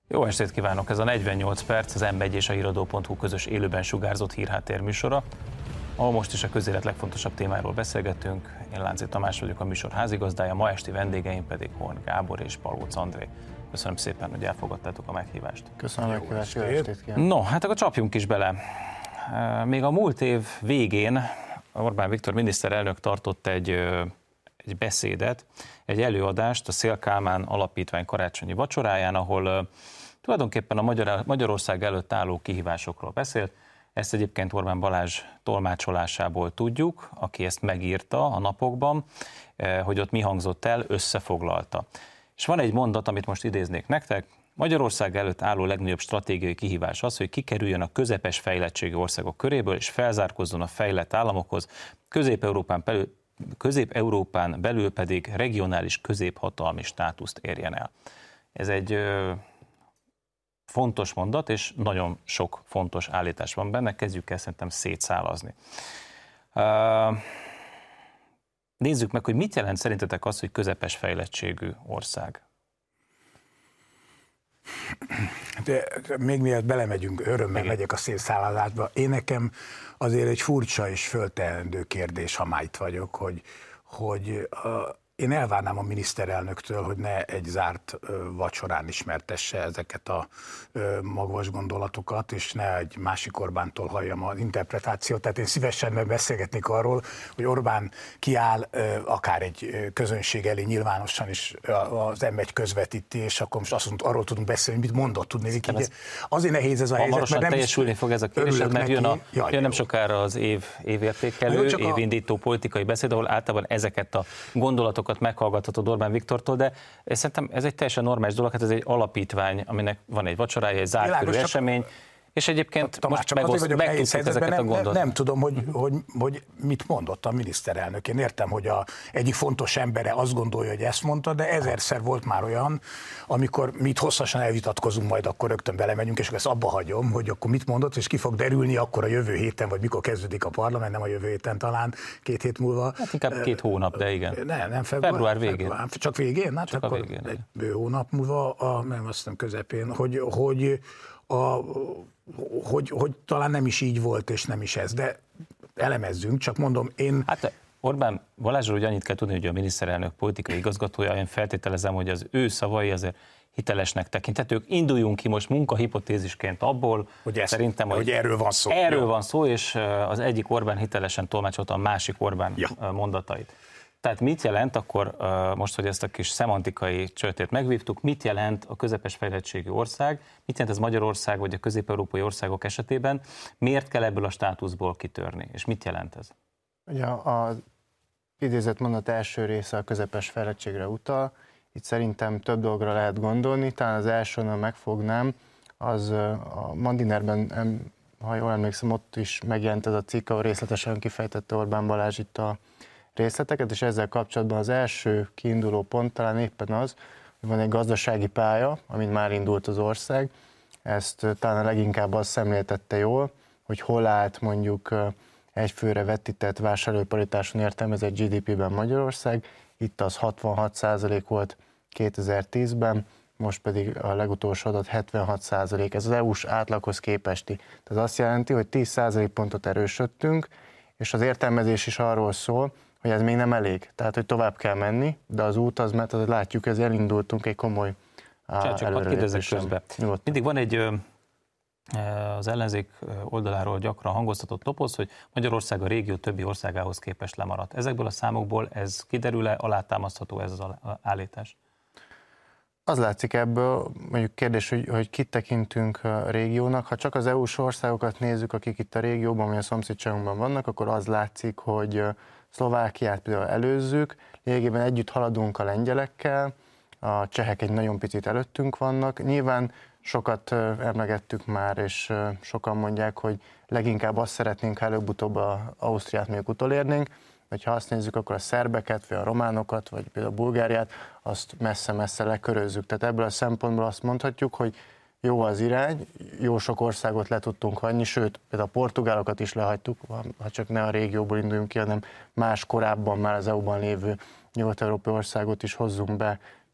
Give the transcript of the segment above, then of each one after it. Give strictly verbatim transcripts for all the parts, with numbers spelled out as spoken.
Jó estét kívánok! Ez a negyvennyolc perc, az em egy és a híradó pont hu közös élőben sugárzott hírháttér műsora, ahol most is a közélet legfontosabb témáról beszélgetünk. Én Lánczé Tamás vagyok, a műsor házigazdája, ma esti vendégeim pedig Horn Gábor és Palóc André. Köszönöm szépen, hogy elfogadtátok a meghívást. Köszönöm a meghívást, jó estét kívánok! No, hát akkor csapjunk is bele. Még a múlt év végén Orbán Viktor miniszterelnök tartott egy, egy beszédet, egy előadást a Széll Kálmán Alapítvány karácsonyi vacsoráján, ahol tulajdonképpen a Magyar, Magyarország előtt álló kihívásokról beszélt. Ezt egyébként Orbán Balázs tolmácsolásából tudjuk, aki ezt megírta a napokban, hogy ott mi hangzott el, összefoglalta. És van egy mondat, amit most idéznék nektek. Magyarország előtt álló legnagyobb stratégiai kihívás az, hogy kikerüljön a közepes fejlettségi országok köréből, és felzárkozzon a fejlett államokhoz, Közép-Európán belül, Közép-Európán belül pedig regionális középhatalmi státuszt érjen el. Ez egy ö, fontos mondat, és nagyon sok fontos állítás van benne, kezdjük el szerintem szétszálazni. Uh, nézzük meg, hogy mit jelent szerintetek az, hogy közepes fejlettségű ország? De még mielőtt belemegyünk, örömmel Igen. megyek a szétszálazásba. Én nekem azért egy furcsa és fölteendő kérdés, ha már itt vagyok, hogy, hogy uh, én elvárnám a miniszterelnöktől, hogy ne egy zárt uh, vacsorán ismertesse ezeket a uh, magvas gondolatokat, és ne egy másik Orbántól halljam az interpretációt. Tehát én szívesen beszélgetnék arról, hogy Orbán kiáll uh, akár egy uh, közönség elé nyilvánosan is uh, az em egy közvetíti, és akkor most azt mondjuk, arról tudunk beszélni, hogy mit mondott, tudni. Így, ez azért nehéz ez a helyzet, hamarosan mert nem teljesülni fog ez a kérdés, mert jön, a, Jaj, jön nem jó. sokára az év, évértékelő, jó, csak a- évindító politikai beszéd, ahol általában ezeket a gondolatokat meghallgathatod Orbán Viktortól, de szerintem ez egy teljesen normális dolog, hát ez egy alapítvány, aminek van egy vacsorája, egy zárt Világos, körű csak- esemény, és egyébként Tamás, most csak azért megoszt, vagyok nehéz megtudtuk helyzetben, ezeket a nem, nem, gondolatokat. nem tudom, hogy, hogy, hogy mit mondott a miniszterelnök. Én értem, hogy a egyik fontos embere azt gondolja, hogy ezt mondta, de ezerszer volt már olyan, amikor mi itt hosszasan elvitatkozunk, majd akkor rögtön belemegyünk, és akkor ezt abba hagyom, hogy akkor mit mondott, és ki fog derülni akkor a jövő héten, vagy mikor kezdődik a parlament, nem a jövő héten talán, két hét múlva. Hát inkább két hónap, de igen. Nem, nem február, Február végén. Február, csak végén? Hát Csak a akkor végén, egy bő hónap múlva, a, nem azt hiszem közepén, hogy, hogy, a, hogy, hogy talán nem is így volt, és nem is ez, de elemezzünk, csak mondom, én... Hát Orbán Balázsról ugye annyit kell tudni, hogy a miniszterelnök politikai igazgatója, én feltételezem, hogy az ő szavai azért hitelesnek tekinthetők. Induljunk ki most munkahipotézisként abból, Hogy, ezt, szerintem, hogy erről van szó. Erről Jó. van szó, és az egyik Orbán hitelesen tolmácsolta a másik Orbán Ja. mondatait. Tehát mit jelent akkor, most, hogy ezt a kis szemantikai csörtét megvívtuk, mit jelent a közepes fejlettségű ország, mit jelent ez Magyarország vagy a közép-európai országok esetében, miért kell ebből a státuszból kitörni, és mit jelent ez? Ugye az idézett mondat első része a közepes fejlettségre utal, itt szerintem több dolgra lehet gondolni, talán az elsőnől megfognám, az a Mandinerben, ha jól emlékszem, ott is megjelent ez a cikk, ahol részletesen kifejtette Orbán Balázs itt a részleteket, és ezzel kapcsolatban az első kiinduló pont talán éppen az, hogy van egy gazdasági pálya, amin már indult az ország, ezt talán a leginkább azt szemléltette jól, hogy hol állt mondjuk egyfőre vetített vásárlóparitáson értelmezett gé dé pében Magyarország, itt az hatvanhat százalék volt kétezer-tízben, most pedig a legutolsó adat hetvenhat százalék, ez az é u-s átlaghoz képesti. Tehát azt jelenti, hogy tíz százalékpontot erősödtünk, és az értelmezés is arról szól, hogy ez még nem elég, tehát hogy tovább kell menni, de az út az, mert azért látjuk, hogy elindultunk egy komoly előrelépésen. Mindig van egy az ellenzék oldaláról gyakran hangoztatott topoz, hogy Magyarország a régió többi országához képest lemaradt. Ezekből a számokból ez kiderül-e, alátámasztható ez az állítás? Az látszik ebből, mondjuk kérdés, hogy, hogy kit tekintünk a régiónak. Ha csak az é u-s országokat nézzük, akik itt a régióban, vagy a szomszédságunkban vannak, akkor az látszik, hogy Szlovákiát például előzzük, lényegében együtt haladunk a lengyelekkel, a csehek egy nagyon picit előttünk vannak. Nyilván sokat emlegettük már, és sokan mondják, hogy leginkább azt szeretnénk, ha előbb-utóbb az Ausztriát még utolérnénk, vagy ha azt nézzük, akkor a szerbeket, vagy a románokat, vagy például a Bulgáriát, azt messze-messze lekörözzük. Tehát ebből a szempontból azt mondhatjuk, hogy jó az irány, jó sok országot le tudtunk hagyni, sőt, például a portugálokat is lehagytuk, ha csak ne a régióból induljunk ki, hanem más korábban már az é u-ban lévő nyugat-európai országot is hozzunk be,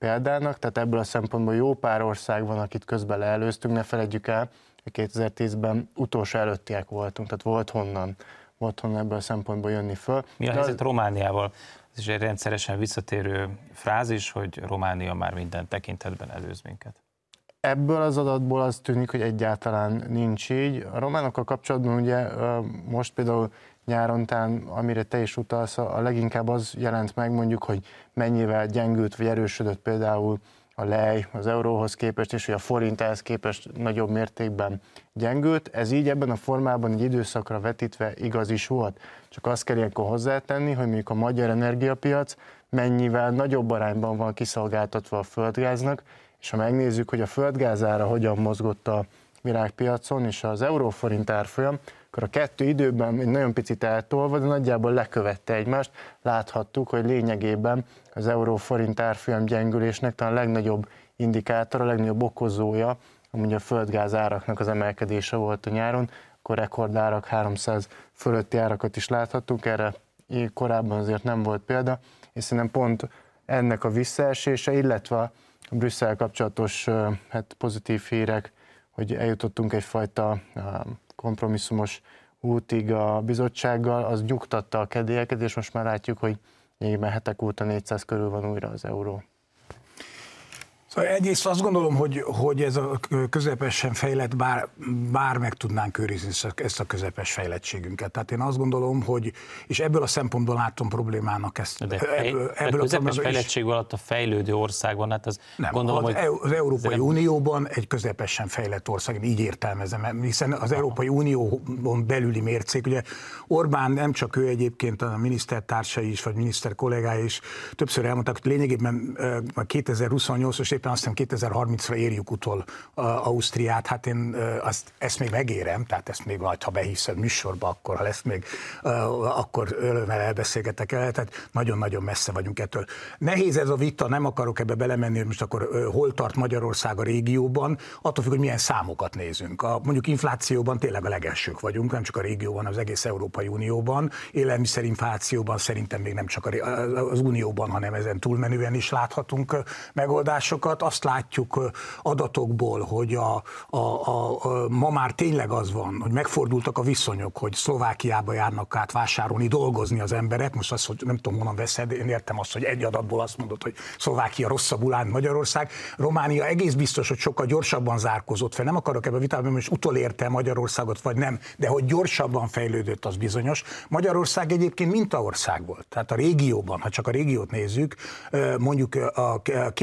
példának, tehát ebből a szempontból jó pár ország van, akit közben leelőztünk, ne feledjük el, hogy kétezer-tízben utolsó előttiek voltunk, tehát volt honnan, volt honnan ebből a szempontból jönni föl. Mi a De helyzet az... Romániával? Ez is egy rendszeresen visszatérő frázis, hogy Románia már minden tekintetben előz minket. Ebből az adatból az tűnik, hogy egyáltalán nincs így. A románokkal kapcsolatban ugye most például nyáron tán, amire te is utalsz, a leginkább az jelent meg mondjuk, hogy mennyivel gyengült vagy erősödött például a lej az euróhoz képest, és hogy a forint ehhez képest nagyobb mértékben gyengült. Ez így ebben a formában egy időszakra vetítve igaz is volt. Csak azt kell ilyenkor hozzátenni, hogy mondjuk a magyar energiapiac mennyivel nagyobb arányban van kiszolgáltatva a földgáznak, és ha megnézzük, hogy a földgázára hogyan mozgott a világpiacon, és az euróforint árfolyam, akkor a kettő időben egy nagyon picit eltolva, de nagyjából lekövette egymást. Láthattuk, hogy lényegében az euróforint árfolyam gyengülésnek talán a legnagyobb indikátor, a legnagyobb okozója, amúgy a földgáz áraknak az emelkedése volt a nyáron, akkor rekordárak, háromszáz fölötti árakat is láthattunk, erre korábban azért nem volt példa, és szerintem pont ennek a visszaesése, illetve a Brüsszel kapcsolatos hát pozitív hírek, hogy eljutottunk egyfajta kompromisszumos útig a bizottsággal, az nyugtatta a kedélyeket, és most már látjuk, hogy még hetek óta négyszáz körül van újra az euró. Szóval egyrészt azt gondolom, hogy, hogy ez a közepesen fejlett, bár, bár meg tudnánk őrizni ezt a közepes fejlettségünket. Tehát én azt gondolom, hogy, és ebből a szempontból látom problémának ezt. De fej, ebből, ebből a közepes a fejlettség alatt a fejlődő országban, hát az nem, gondolom, az, hogy... az Európai Unióban egy közepesen fejlett ország, így értelmezem, hiszen az Európai Unión belüli mércék, ugye Orbán nem csak ő egyébként, a minisztertársai is, vagy miniszter kollégái is többször elmondták, hogy lényegében kétezer-huszonnyolcas éppen azt hiszem kétezer-harmincra érjük utol Ausztriát, hát én azt, ezt még megérem, tehát ezt még majd, ha behiszed műsorba, akkor ha lesz még, akkor örömmel elbeszélgetek el, tehát nagyon-nagyon messze vagyunk ettől. Nehéz ez a vita, nem akarok ebbe belemenni, hogy most akkor hol tart Magyarország a régióban, attól függ, hogy milyen számokat nézünk. A, mondjuk inflációban tényleg a legelsők vagyunk, nem csak a régióban, az egész Európai Unióban, élelmiszerinflációban szerintem még nem csak az Unióban, hanem ezen túlmenően is láthatunk megoldásokat. Azt látjuk adatokból, hogy a, a, a, a, ma már tényleg az van, hogy megfordultak a viszonyok, hogy Szlovákiába járnak át vásárolni, dolgozni az emberek. Most azt, hogy nem tudom, honnan veszed, én értem azt, hogy egy adatból azt mondod, hogy Szlovákia rosszabbul áll, Magyarország. Románia egész biztos, hogy sokkal gyorsabban zárkózott fel. Nem akarok ebbe vitálni, hogy most utolérte Magyarországot, vagy nem, de hogy gyorsabban fejlődött, az bizonyos. Magyarország egyébként mintaország volt. Tehát a régióban, ha csak a régiót nézzük, mondjuk a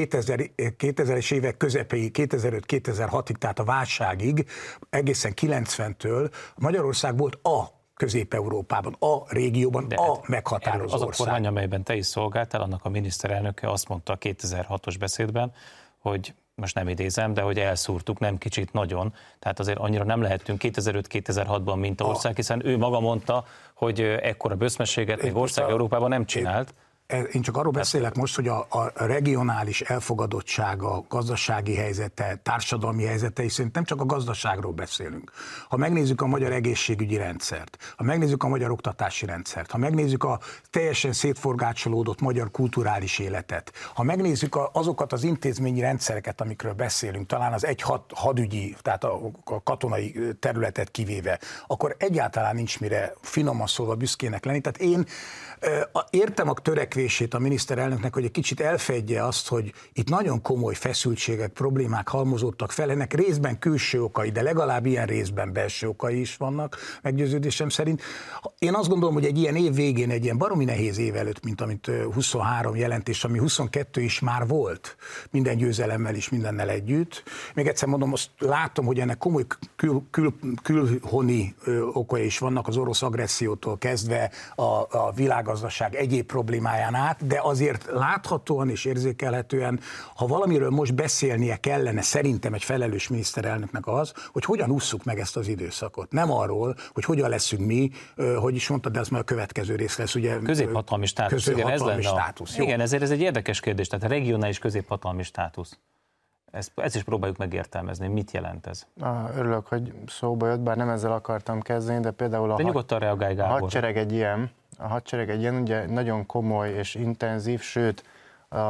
kétezres évek közepéig, kétezer-öt-kétezer-hatig, tehát a válságig, egészen kilencventől Magyarország volt a Közép-Európában, a régióban, de a meghatározó az ország. Az a kormány, amelyben te is szolgáltál, annak a miniszterelnöke azt mondta a kétezer-hatos beszédben, hogy most nem idézem, de hogy elszúrtuk, nem kicsit, nagyon. Tehát azért annyira nem lehettünk kétezer-öt-kétezer-hatban, mint a ország, hiszen ő maga mondta, hogy ekkora böszmességet még ország Európában nem csinált. Én csak arról beszélek most, hogy a, a regionális elfogadottsága, gazdasági helyzete, társadalmi helyzete, és szerintem nem csak a gazdaságról beszélünk. Ha megnézzük a magyar egészségügyi rendszert, ha megnézzük a magyar oktatási rendszert, ha megnézzük a teljesen szétforgácsolódott magyar kulturális életet, ha megnézzük a, azokat az intézményi rendszereket, amikről beszélünk, talán az egy had, hadügyi, tehát a, a katonai területet kivéve, akkor egyáltalán nincs mire finoman szólva büszkének lenni. Tehát én értem a törekvését a miniszterelnöknek, hogy egy kicsit elfedje azt, hogy itt nagyon komoly feszültségek, problémák halmozódtak fel, ennek részben külső okai, de legalább ilyen részben belső okai is vannak, meggyőződésem szerint. Én azt gondolom, hogy egy ilyen év végén, egy ilyen baromi nehéz év előtt, mint amit huszonhárom jelentés, ami huszonkettő is már volt, minden győzelemmel is, mindennel együtt. Még egyszer mondom, azt látom, hogy ennek komoly kül, kül, külhoni okai is vannak, az orosz agressziótól kezdve a, a világgazdaság egyéb problémáján át, de azért láthatóan és érzékelhetően, ha valamiről most beszélnie kellene szerintem egy felelős miniszterelnöknek az, hogy hogyan ússzuk meg ezt az időszakot. Nem arról, hogy hogyan leszünk mi, hogy is mondtad, de ez már a következő rész lesz. Ugye, középhatalmi státusz. Középhatalmi igen, ez státusz. A... Igen, ezért ez egy érdekes kérdés, tehát a regionális középhatalmi státusz. Ezt, ezt is próbáljuk megértelmezni. Mit jelent ez? Ah, örülök, hogy szóba jött, bár nem ezzel akartam kezdeni, de például a, de nyugodtan reagálj, Gábor. a hadsereg egy ilyen, a hadsereg egy ilyen ugye nagyon komoly és intenzív, sőt a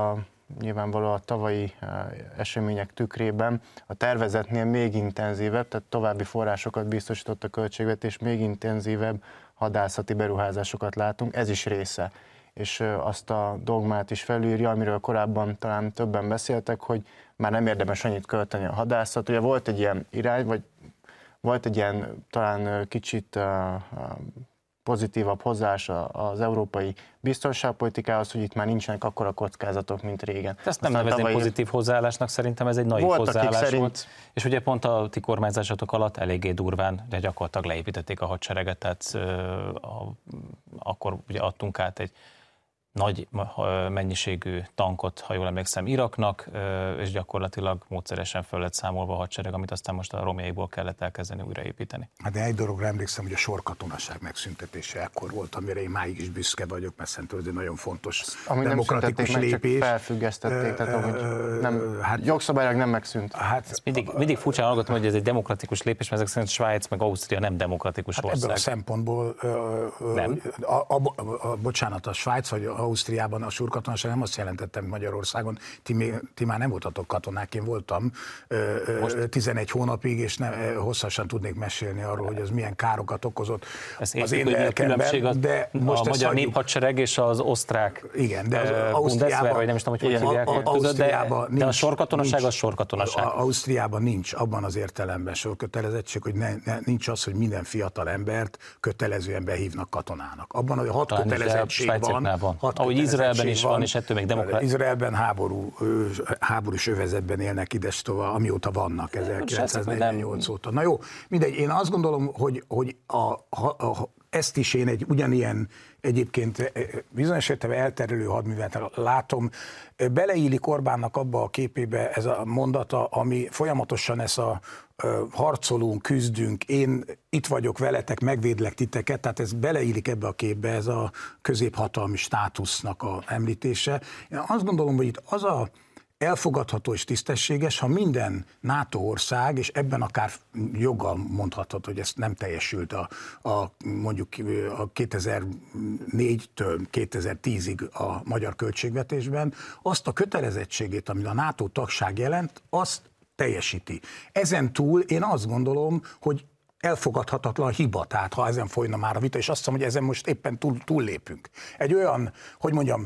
nyilvánvalóan a tavalyi események tükrében a tervezetnél még intenzívebb, tehát további forrásokat biztosított a költségvetés, még intenzívebb hadászati beruházásokat látunk, ez is része. És azt a dogmát is felülírja, amiről korábban talán többen beszéltek, hogy már nem érdemes annyit költeni a hadászat. Ugye volt egy ilyen irány, vagy volt egy ilyen talán kicsit pozitívabb hozzáállás az európai biztonságpolitikához, hogy itt már nincsenek akkora kockázatok, mint régen. Ezt nem nevezném tavaly... pozitív hozzáállásnak, szerintem ez egy naív volt, hozzáállás szerint... volt. És ugye pont a ti kormányzásatok alatt eléggé durván, de gyakorlatilag leépítették a hadsereget, tehát uh, a, akkor ugye adtunk át egy nagy mennyiségű tankot, ha jól emlékszem, Iraknak, és gyakorlatilag módszeresen föl lett számolva a hadsereg, amit aztán most a romjaiból kellett elkezdeni újraépíteni. Hát de egy dologra emlékszem, hogy a sorkatonaság megszüntetése ekkor volt, amire én máig is büszke vagyok, mert szerintem ez egy nagyon fontos ami demokratikus nem lépés. Meg, csak felfüggesztették, tehát ahogy nem, hát, jogszabálylag nem megszűnt. Hát, ezt mindig, mindig furcsán hallgatom, hogy ez egy demokratikus lépés, mert ezek szerint Svájc meg Ausztria nem demokratikus hát ország. Ebből a szempontból, nem. A, a, a, a, bocsánat, a Svájc vagy Ausztriában a surkatonaság nem azt jelentette, hogy Magyarországon ti, még, ti már nem voltatok katonák, én voltam Most... tizenegy hónapig, és ne, hosszasan tudnék mesélni arról, hogy ez milyen károkat okozott ezt az én lelkemben, de most a magyar néphadsereg és az osztrák igen, de az Ausztriában, vagy nem is tudom, hogy hogy hívják ott között, de, de a sorkatonaság az sorkatonaság. Ausztriában nincs abban az értelemben sorkötelezettség, hogy ne, ne, nincs az, hogy minden fiatal embert kötelezően behívnak katonának. Abban, hogy hat talán kötelezettség van, ahogy Izraelben is van, és ettől még demokrácia. Izraelben háború, háborús övezetben élnek ides tovább, amióta vannak, ezerkilencszáznegyvennyolc óta. Na jó, mindegy, én azt gondolom, hogy, hogy a, a, a, ezt is én egy ugyanilyen egyébként bizonyos értelemben elterelő hadművelettel látom. Beleillik Orbánnak abba a képébe ez a mondata, ami folyamatosan ez a harcolunk, küzdünk, én itt vagyok veletek, megvédlek titeket, tehát ez beleillik ebbe a képbe, ez a középhatalmi státusznak a említése. Én azt gondolom, hogy itt az a elfogadható és tisztességes, ha minden NATO ország, és ebben akár joggal mondhatod, hogy ez nem teljesült a, a mondjuk a kétezer-négytől kétezer-tízig a magyar költségvetésben, azt a kötelezettségét, amit a NATO tagság jelent, azt teljesíti. Ezen túl én azt gondolom, hogy elfogadhatatlan hiba, tehát ha ezen folyna már a vita, és azt hiszem, hogy ezen most éppen túl, túllépünk. Egy olyan, hogy mondjam,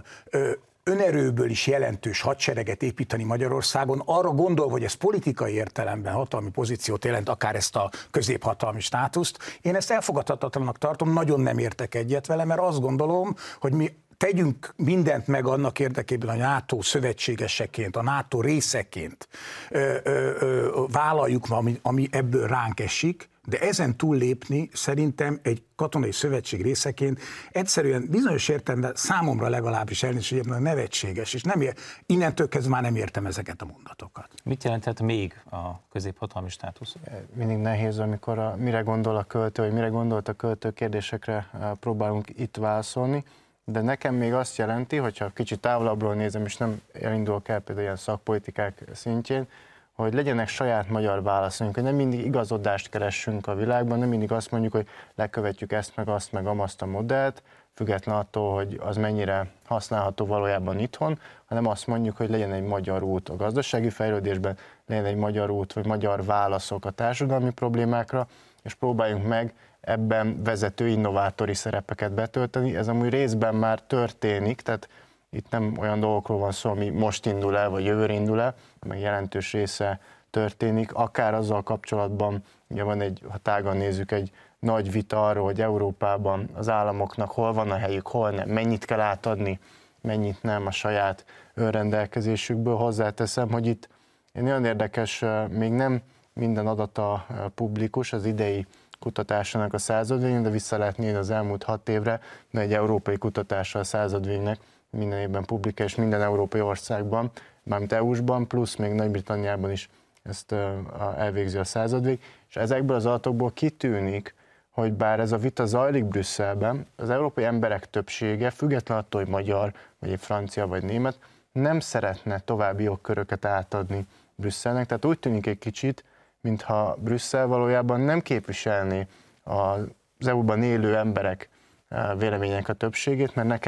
önerőből is jelentős hadsereget építeni Magyarországon, arra gondolva, hogy ez politikai értelemben hatalmi pozíciót jelent, akár ezt a középhatalmi státuszt, én ezt elfogadhatatlannak tartom, nagyon nem értek egyet vele, mert azt gondolom, hogy mi tegyünk mindent meg annak érdekében, a NATO szövetségeseként, a NATO részeként ö, ö, ö, vállaljuk, ami, ami ebből ránk esik, de ezen túllépni szerintem egy katonai szövetség részeként egyszerűen bizonyos értelemben számomra legalábbis elnézést, hogy nevetséges, és nem ér, innentől kezdve már nem értem ezeket a mondatokat. Mit jelentett még a középhatalmi státusz? Mindig nehéz, amikor a, mire gondol a költő, vagy mire gondolt a költő kérdésekre próbálunk itt válaszolni, de nekem még azt jelenti, hogyha kicsit távolabbról nézem, és nem elindulok el például ilyen szakpolitikák szintjén, hogy legyenek saját magyar válaszaink, hogy nem mindig igazodást keressünk a világban, nem mindig azt mondjuk, hogy lekövetjük ezt, meg azt, meg amazt a modellt, független attól, hogy az mennyire használható valójában itthon, hanem azt mondjuk, hogy legyen egy magyar út a gazdasági fejlődésben, legyen egy magyar út, vagy magyar válaszok a társadalmi problémákra, és próbáljunk meg ebben vezető innovátori szerepeket betölteni. Ez amúgy részben már történik, tehát itt nem olyan dolgokról van szó, ami most indul el, vagy jövőre indul el, meg jelentős része történik, akár azzal kapcsolatban, ugye van egy, ha tágan nézzük, egy nagy vita arról, hogy Európában az államoknak hol van a helyük, hol nem, mennyit kell átadni, mennyit nem a saját önrendelkezésükből. Hozzáteszem, hogy itt nagyon érdekes, még nem minden adata publikus, az idei kutatásának a századvégén, de vissza lehet nézni az elmúlt hat évre, de egy európai kutatása a századvégnek minden évben publikál, és minden európai országban, mármint é u-sban, plusz még Nagy-Britanniában is ezt elvégzi a századvég, és ezekből az adatokból kitűnik, hogy bár ez a vita zajlik Brüsszelben, az európai emberek többsége, független attól, hogy magyar, vagy egy francia, vagy német, nem szeretne további jogköröket átadni Brüsszelnek, tehát úgy tűnik egy kicsit, mintha Brüsszel valójában nem képviselné az é u-ban élő emberek vélemények a többségét, mert nekem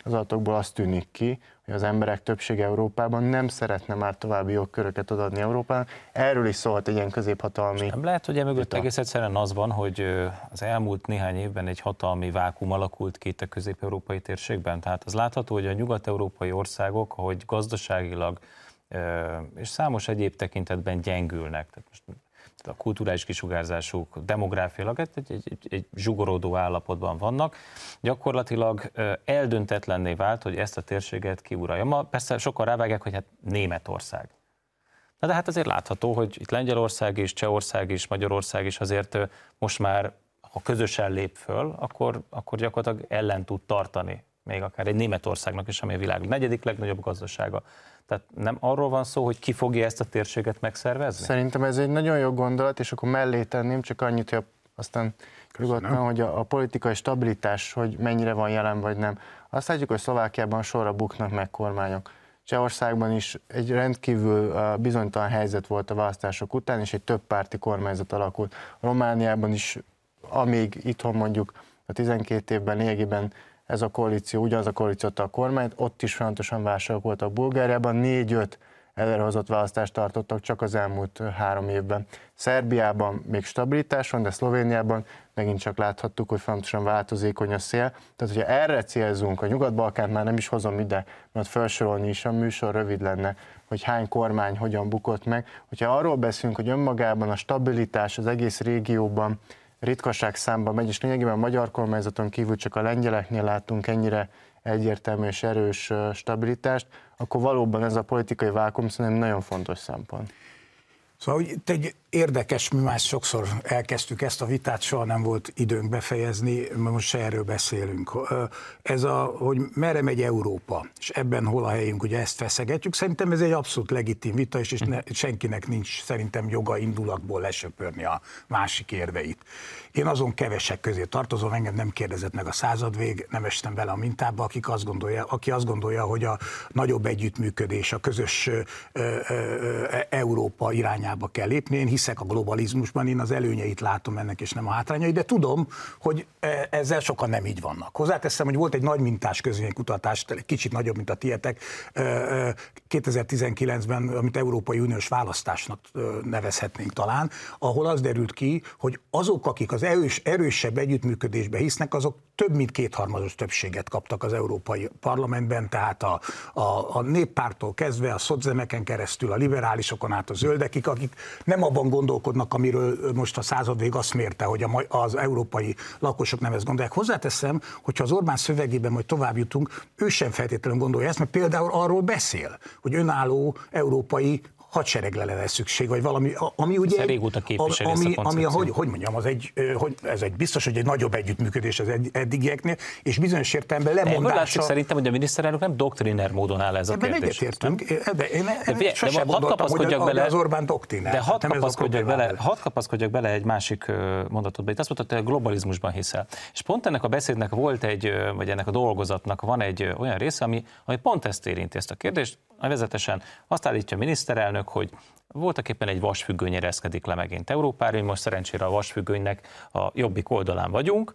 az adatokból azt tűnik ki, hogy az emberek többsége Európában nem szeretne már további jogköröket adni Európának. Erről is szólt egy ilyen középhatalmi... Nem lehet, hogy emögött egész egyszerűen az van, hogy az elmúlt néhány évben egy hatalmi vákuum alakult ki itt a közép-európai térségben. Tehát az látható, hogy a nyugat-európai országok, hogy gazdaságilag és számos egyéb tekintetben gyengülnek. Tehát most a kulturális kisugárzásuk, demográfiailag egy, egy, egy, egy zsugorodó állapotban vannak. Gyakorlatilag eldöntetlenné vált, hogy ezt a térséget kiuralja. Ma persze sokan rávágják, hogy hát Németország. Na de hát azért látható, hogy itt Lengyelország is, Csehország is, Magyarország is azért most már, ha közösen lép föl, akkor, akkor gyakorlatilag ellen tud tartani, még akár egy Németországnak is, ami a világ negyedik legnagyobb gazdasága. Tehát nem arról van szó, hogy ki fogja ezt a térséget megszervezni? Szerintem ez egy nagyon jó gondolat, és akkor mellé tenném csak annyit, hogy aztán nyugodtan, hogy a, a politikai stabilitás, hogy mennyire van jelen vagy nem. Azt látjuk, hogy Szlovákiában sorra buknak meg kormányok. Csehországban is egy rendkívül bizonytalan helyzet volt a választások után, és egy többpárti kormányzat alakult. Romániában is, amíg itthon mondjuk a tizenkét évben lényegében ez a koalíció, ugyanaz a koalíció a kormányt, ott is folyamatosan válságok voltak. Bulgáriában négy-öt előrehozott választást tartottak csak az elmúlt három évben. Szerbiában még stabilitás van, de Szlovéniában megint csak láthattuk, hogy folyamatosan változékony a szél. Tehát, hogyha erre célzunk, a Nyugat-Balkánt már nem is hozom ide, mert felsorolni is a műsor rövid lenne, hogy hány kormány hogyan bukott meg. Hogyha arról beszélünk, hogy önmagában a stabilitás az egész régióban ritkaság számban megy, és lényegében a magyar kormányzaton kívül csak a lengyeleknél látunk ennyire egyértelmű és erős stabilitást, akkor valóban ez a politikai vákuum szerintem nagyon fontos szempont. Szóval itt egy érdekes, mi már sokszor elkezdtük ezt a vitát, soha nem volt időnk befejezni, most se erről beszélünk. Ez a, hogy merre megy Európa, és ebben hol a helyünk, ugye ezt feszegetjük, szerintem ez egy abszolút legitim vita, és ne, senkinek nincs szerintem joga indulatból lesöpörni a másik érveit. Én azon kevesek közé tartozom, engem nem kérdezett meg a századvég, nem estem bele a mintába, akik azt gondolja, aki azt gondolja, hogy a nagyobb együttműködés, a közös ö, ö, ö, Európa irányába kell lépni. Én hiszek a globalizmusban, én az előnyeit látom ennek, és nem a hátrányait, de tudom, hogy ezzel sokan nem így vannak. Hozzáteszem, hogy volt egy nagy mintás közvéleménykutatás, egy kicsit nagyobb, mint a tietek, kétezer-tizenkilencben, amit Európai Uniós választásnak nevezhetnénk talán, ahol az derült ki, hogy azok, akik az erős, erősebb együttműködésbe hisznek, azok több mint kétharmados többséget kaptak az Európai Parlamentben, tehát a, a, a néppártól kezdve, a szocdemeken keresztül, a liberálisokon át a zöldekig, akik nem abban gondolkodnak, amiről most a századvég azt mérte, hogy a, az európai lakosok nem ezt gondolják. Hozzáteszem, hogyha az Orbán szövegében majd tovább jutunk, ő sem feltétlenül gondolja ezt, mert például arról beszél, hogy önálló európai hadseregre lenne szükség, vagy valami, ami ugye... Régóta képviseli ami, ezt a ami, hogy, hogy mondjam, az egy, hogy ez egy biztos, hogy egy nagyobb együttműködés az eddigieknél, és bizonyos értelemben lemondása... Ebből látszik szerintem, hogy a miniszterelnök nem doktriner módon áll ez a ebben kérdés. Ebben egyetértünk, de én de, de, sosem de gondoltam, hogy bele, az Orbán doktrinál. De hadd kapaszkodjak, bele, hadd kapaszkodjak bele egy másik mondatodba. Itt azt mondtad, hogy a globalizmusban hiszel. És pont ennek a beszédnek volt egy, vagy ennek a dolgozatnak van egy olyan része, ami, ami pont ezt érinti, ezt a kérdést. Nevezetesen azt állítja a miniszterelnök, hogy voltak éppen egy vasfüggöny ereszkedik le megint Európára, most szerencsére a vasfüggönynek a jobbik oldalán vagyunk,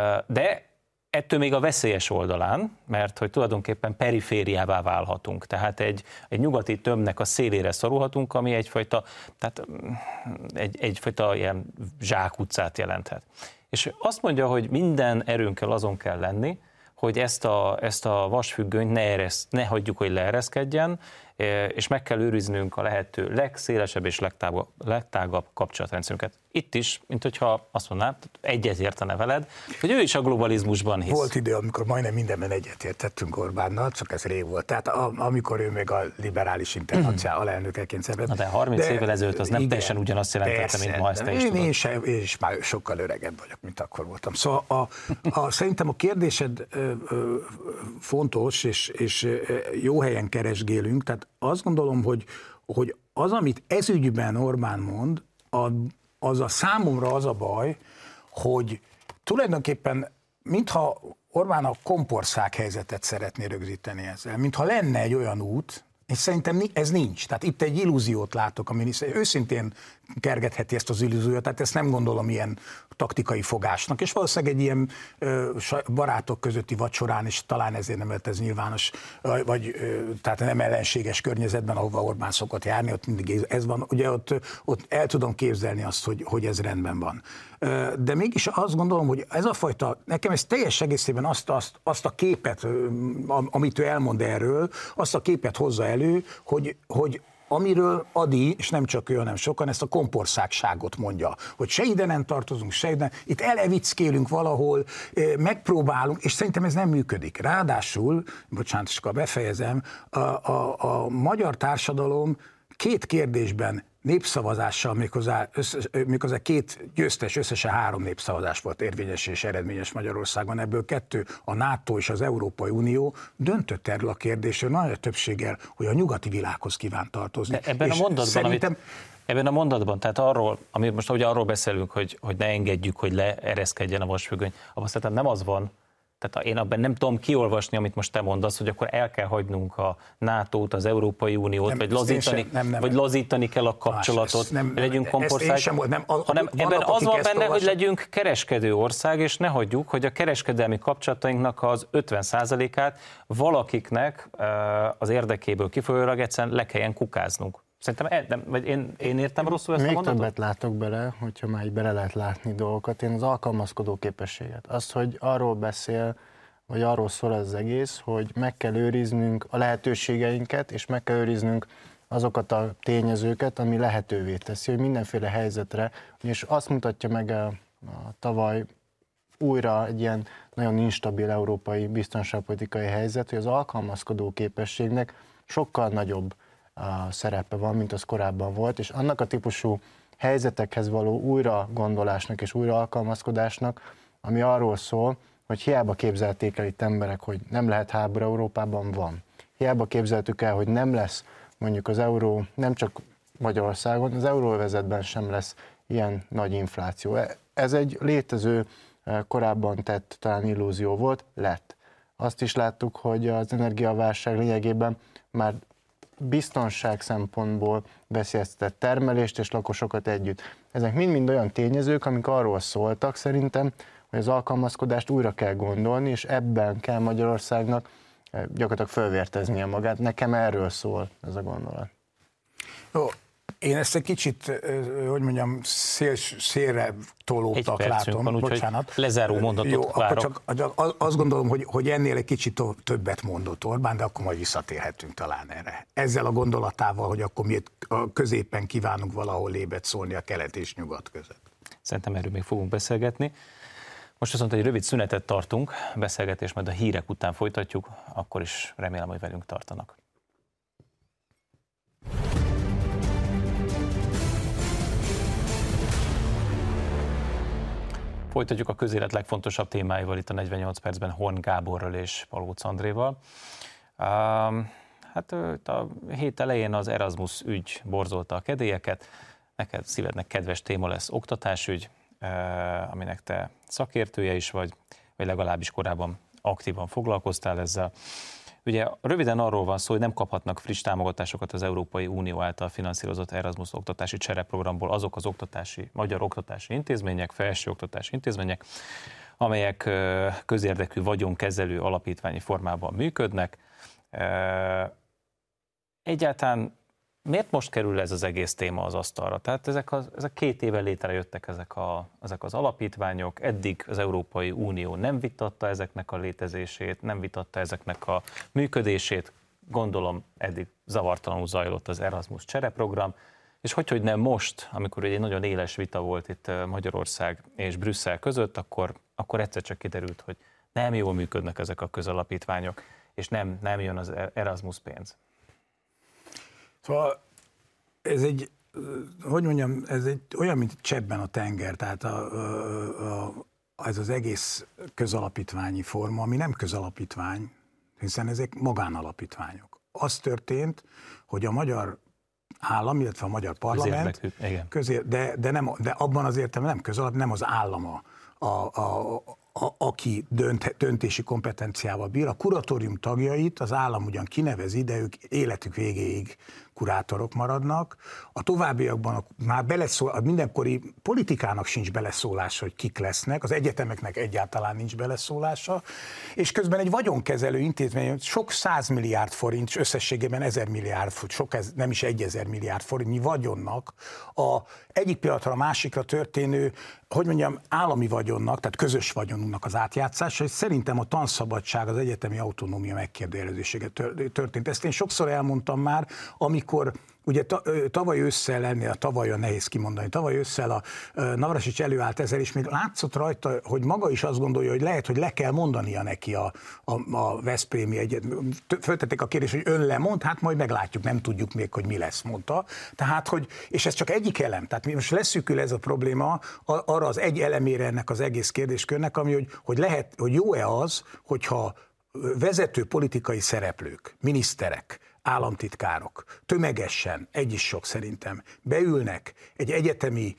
de ettől még a veszélyes oldalán, mert hogy tulajdonképpen perifériává válhatunk, tehát egy, egy nyugati tömbnek a szélére szorulhatunk, ami egyfajta, tehát egy, egyfajta ilyen zsákutcát jelenthet. És azt mondja, hogy minden erőnkkel azon kell lenni, hogy ezt a, ezt a vasfüggönyt ne, ereszt, ne hagyjuk, hogy leereszkedjen, és meg kell őriznünk a lehető legszélesebb és legtágabb, legtágabb kapcsolatrendszerünket. Itt is, mint hogyha azt mondanám, egyet értene veled, hogy ő is a globalizmusban hisz. Volt idő, amikor majdnem mindenben egyetértettünk Orbánnal, csak ez rég volt. Tehát a, amikor ő még a liberális internacionál alelnökeként szerepelt. Na de harminc de, évvel ezelőtt az nem igen, teljesen ugyanazt jelentette, mint ma ezt te is én, tudod. Én, sem, én is már sokkal öregebb vagyok, mint akkor voltam. Szóval a, a, szerintem a kérdésed ö, ö, fontos, és, és jó helyen keresgélünk, tehát azt gondolom, hogy, hogy az, amit ezügyben Orbán mond, a, az a számomra az a baj, hogy tulajdonképpen mintha Orbán a kompország helyzetet szeretné rögzíteni ezzel, mintha lenne egy olyan út, és szerintem ez nincs. Tehát itt egy illúziót látok a miniszter. Őszintén kergetheti ezt az illúziót, tehát ezt nem gondolom ilyen taktikai fogásnak, és valószínűleg egy ilyen ö, barátok közötti vacsorán is talán ezért nem lett ez nyilvános, vagy ö, tehát nem ellenséges környezetben, ahova Orbán szokott járni, ott mindig ez van, ugye ott, ott el tudom képzelni azt, hogy, hogy ez rendben van. De mégis azt gondolom, hogy ez a fajta, nekem ez teljes egészében azt, azt, azt a képet, amit ő elmond erről, azt a képet hozza elő, hogy, hogy amiről Ady, és nem csak ő, hanem sokan, ezt a kompországságot mondja, hogy se ide nem tartozunk, se ide, itt elevickélünk valahol, megpróbálunk, és szerintem ez nem működik. Ráadásul, bocsánat, csak befejezem, a, a, a magyar társadalom két kérdésben népszavazással, méghozzá, össze, méghozzá két győztes, összesen három népszavazás volt érvényes és eredményes Magyarországon, ebből kettő, a NATO és az Európai Unió döntött erről a kérdésről nagy többséggel, hogy a nyugati világhoz kíván tartozni. De ebben és a mondatban, szerintem, amit, ebben a mondatban, tehát arról, amit most ugye arról beszélünk, hogy, hogy ne engedjük, hogy leereszkedjen a vasfüggöny, abban szerintem nem az van, tehát én abban nem tudom kiolvasni, amit most te mondasz, hogy akkor el kell hagynunk a nátót, az Európai Uniót, nem, vagy, lazítani, sem, nem, nem, vagy lazítani kell a kapcsolatot, nem, legyünk kompország, hanem van, ebben az van benne, hogy legyünk kereskedő ország, és ne hagyjuk, hogy a kereskedelmi kapcsolatainknak az ötven százalékát valakiknek az érdekéből kifolyólag egyszerűen le kelljen kukáznunk. Szerintem, nem, vagy én, én értem rosszul ezt Még a mondatot? többet látok bele, hogyha már így bele lehet látni dolgokat, én az alkalmazkodó képességet. Azt, hogy arról beszél, vagy arról szól az egész, hogy meg kell őriznünk a lehetőségeinket, és meg kell őriznünk azokat a tényezőket, ami lehetővé teszi, hogy mindenféle helyzetre, és azt mutatja meg a, a tavaly újra egy ilyen nagyon instabil európai biztonságpolitikai helyzet, hogy az alkalmazkodó képességnek sokkal nagyobb a szerepe van, mint az korábban volt, és annak a típusú helyzetekhez való újra gondolásnak és újra alkalmazkodásnak, ami arról szól, hogy hiába képzelték el itt emberek, hogy nem lehet háború Európában, van. Hiába képzeltük el, hogy nem lesz mondjuk az euró, nem csak Magyarországon, az euróövezetben sem lesz ilyen nagy infláció. Ez egy létező, korábban tett talán illúzió volt, lett. Azt is láttuk, hogy az energiaválság lényegében már biztonság szempontból veszélyeztetett termelést és lakosokat együtt. Ezek mind-mind olyan tényezők, amik arról szóltak szerintem, hogy az alkalmazkodást újra kell gondolni, és ebben kell Magyarországnak gyakorlatilag fölvérteznie magát. Nekem erről szól ez a gondolat. Jó, én ezt egy kicsit, hogy mondjam, szél, szélre tolódtak látom. Van, bocsánat. Lezáró mondatot Jó, várok. Akkor csak azt gondolom, hogy, hogy ennél egy kicsit többet mondott Orbán, de akkor majd visszatérhetünk talán erre. Ezzel a gondolatával, hogy akkor mi a középen kívánunk valahol lébet szólni a kelet és nyugat között. Szerintem erről még fogunk beszélgetni. Most viszont egy rövid szünetet tartunk, beszélgetés majd a hírek után folytatjuk, akkor is remélem, hogy velünk tartanak. Folytatjuk a közélet legfontosabb témáival itt a negyvennyolc percben Horn Gáborral és Palóc Andréval. Um, hát a hét elején az Erasmus ügy borzolta a kedélyeket. Neked szívednek kedves téma lesz oktatásügy, uh, aminek te szakértője is vagy, vagy legalábbis korábban aktívan foglalkoztál ezzel. Ugye röviden arról van szó, hogy nem kaphatnak friss támogatásokat az Európai Unió által finanszírozott Erasmus oktatási csereprogramból azok az oktatási, magyar oktatási intézmények, felső oktatási intézmények, amelyek közérdekű vagyonkezelő alapítványi formában működnek. Egyáltalán miért most kerül ez az egész téma az asztalra? Tehát ezek, az, ezek két éve létrejöttek ezek, a, ezek az alapítványok, eddig az Európai Unió nem vitatta ezeknek a létezését, nem vitatta ezeknek a működését, gondolom eddig zavartalanul zajlott az Erasmus csereprogram, és hogy, hogy nem most, amikor egy nagyon éles vita volt itt Magyarország és Brüsszel között, akkor, akkor egyszer csak kiderült, hogy nem jól működnek ezek a közalapítványok, és nem, nem jön az Erasmus pénz. Szóval ez egy, hogy mondjam, ez egy olyan, mint cseppben a tenger, tehát a, a, a, ez az egész közalapítványi forma, ami nem közalapítvány, hiszen ezek magánalapítványok. Az történt, hogy a magyar állam, illetve a magyar parlament, közér, de, de, nem, de abban az értelemben nem közalap, nem az állama a, a, a, aki dönt, döntési kompetenciával bír. A kuratórium tagjait az állam ugyan kinevezi, de ők életük végéig kurátorok maradnak. A továbbiakban a, már beleszól, a mindenkori politikának sincs beleszólása, hogy kik lesznek, az egyetemeknek egyáltalán nincs beleszólása, és közben egy vagyonkezelő intézmény, sok százmilliárd forint, és összességében ezer milliárd, sok ez, nem is egyezer milliárd forintnyi vagyonnak a egyik pillanatra a másikra történő, hogy mondjam, állami vagyonnak, tehát közös vagyonunknak az átjátszása, és szerintem a tanszabadság, az egyetemi autonómia megkérdőjelezésége történt. Ezt én sokszor elmondtam már, amikor ugye tavaly ősszel, ennél a tavaly nehéz kimondani, tavaly ősszel a Navracsics előállt ezzel, és még látszott rajta, hogy maga is azt gondolja, hogy lehet, hogy le kell mondania neki a, a, a Veszprémi egyet. Föltették a kérdést, hogy ön lemond, hát majd meglátjuk, nem tudjuk még, hogy mi lesz, mondta. Tehát, hogy, és ez csak egyik elem, tehát most leszűkül ez a probléma arra az egy elemére ennek az egész kérdéskörnek, ami, hogy, hogy lehet, hogy jó-e az, hogyha vezető politikai szereplők, miniszterek, államtitkárok tömegesen, egy is sok szerintem, beülnek egy egyetemi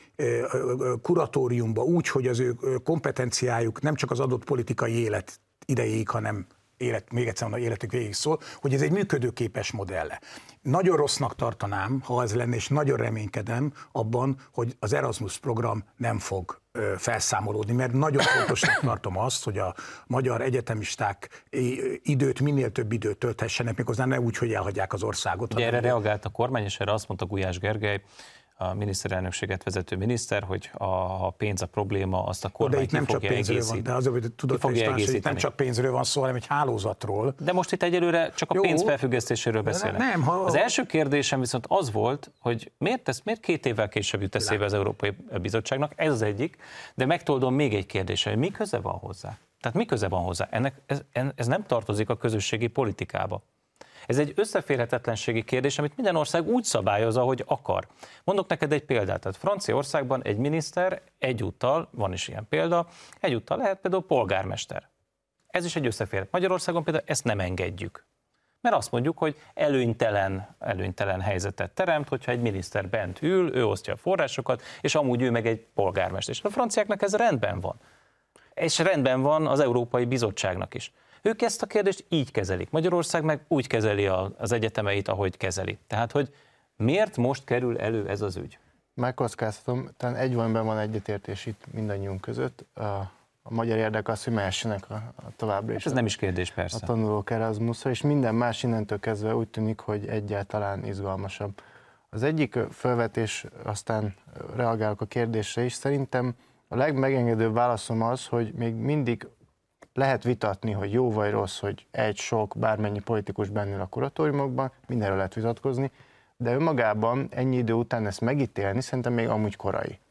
kuratóriumba úgy, hogy az ő kompetenciájuk nem csak az adott politikai élet idejéig, hanem élet, még egyszer mondom, életük végig szól, hogy ez egy működőképes modelle. Nagyon rossznak tartanám, ha ez lenne, és nagyon reménykedem abban, hogy az Erasmus program nem fog felszámolódni, mert nagyon fontosnak tartom azt, hogy a magyar egyetemisták időt, minél több időt tölthessenek, méghozzá ne úgy, hogy elhagyják az országot. Ugye erre reagált a kormány, és erre azt mondta Gulyás Gergely, a miniszterelnökséget vezető miniszter, hogy a pénz a probléma, azt a kormány ki fogja egészíteni. De azért, hogy tudod, hogy nem csak pénzről van szó, hanem egy hálózatról. De most itt egyelőre csak a Jó, pénz felfüggesztéséről beszélek. Nem, ha... Az első kérdésem viszont az volt, hogy miért, ezt, miért két évvel később jut eszébe az Európai Bizottságnak, ez az egyik, de megtoldom még egy kérdésre, hogy mi köze van hozzá? Tehát mi köze van hozzá? Ennek, ez, ez nem tartozik a közösségi politikába. Ez egy összeférhetetlenségi kérdés, amit minden ország úgy szabályoz, ahogy akar. Mondok neked egy példát. Tehát Franciaországban egy miniszter egyúttal, van is ilyen példa, egyúttal lehet például polgármester. Ez is egy összeférhet. Magyarországon például ezt nem engedjük. Mert azt mondjuk, hogy előnytelen, előnytelen helyzetet teremt, hogyha egy miniszter bent ül, ő osztja a forrásokat, és amúgy ő meg egy polgármester. És a franciáknak ez rendben van. És rendben van az Európai Bizottságnak is. Ők ezt a kérdést így kezelik. Magyarország meg úgy kezeli az egyetemeit, ahogy kezeli. Tehát, hogy miért most kerül elő ez az ügy? Megkockáztatom, talán egy valamiben van egyetértés itt mindannyiunk között. A, a magyar érdek az, hogy mehessenek a, a továbbra is. Ez a, nem is kérdés, persze. A tanulók Erasmusra, és minden más innentől kezdve úgy tűnik, hogy egyáltalán izgalmasabb. Az egyik felvetés, aztán reagálok a kérdésre is, szerintem a legmegengedőbb válaszom az, hogy még mindig lehet vitatni, hogy jó vagy rossz, hogy egy sok, bármennyi politikus bennül a kuratóriumokban, mindenről lehet vitatkozni, de önmagában ennyi idő után ezt megítélni szerintem még amúgy korai.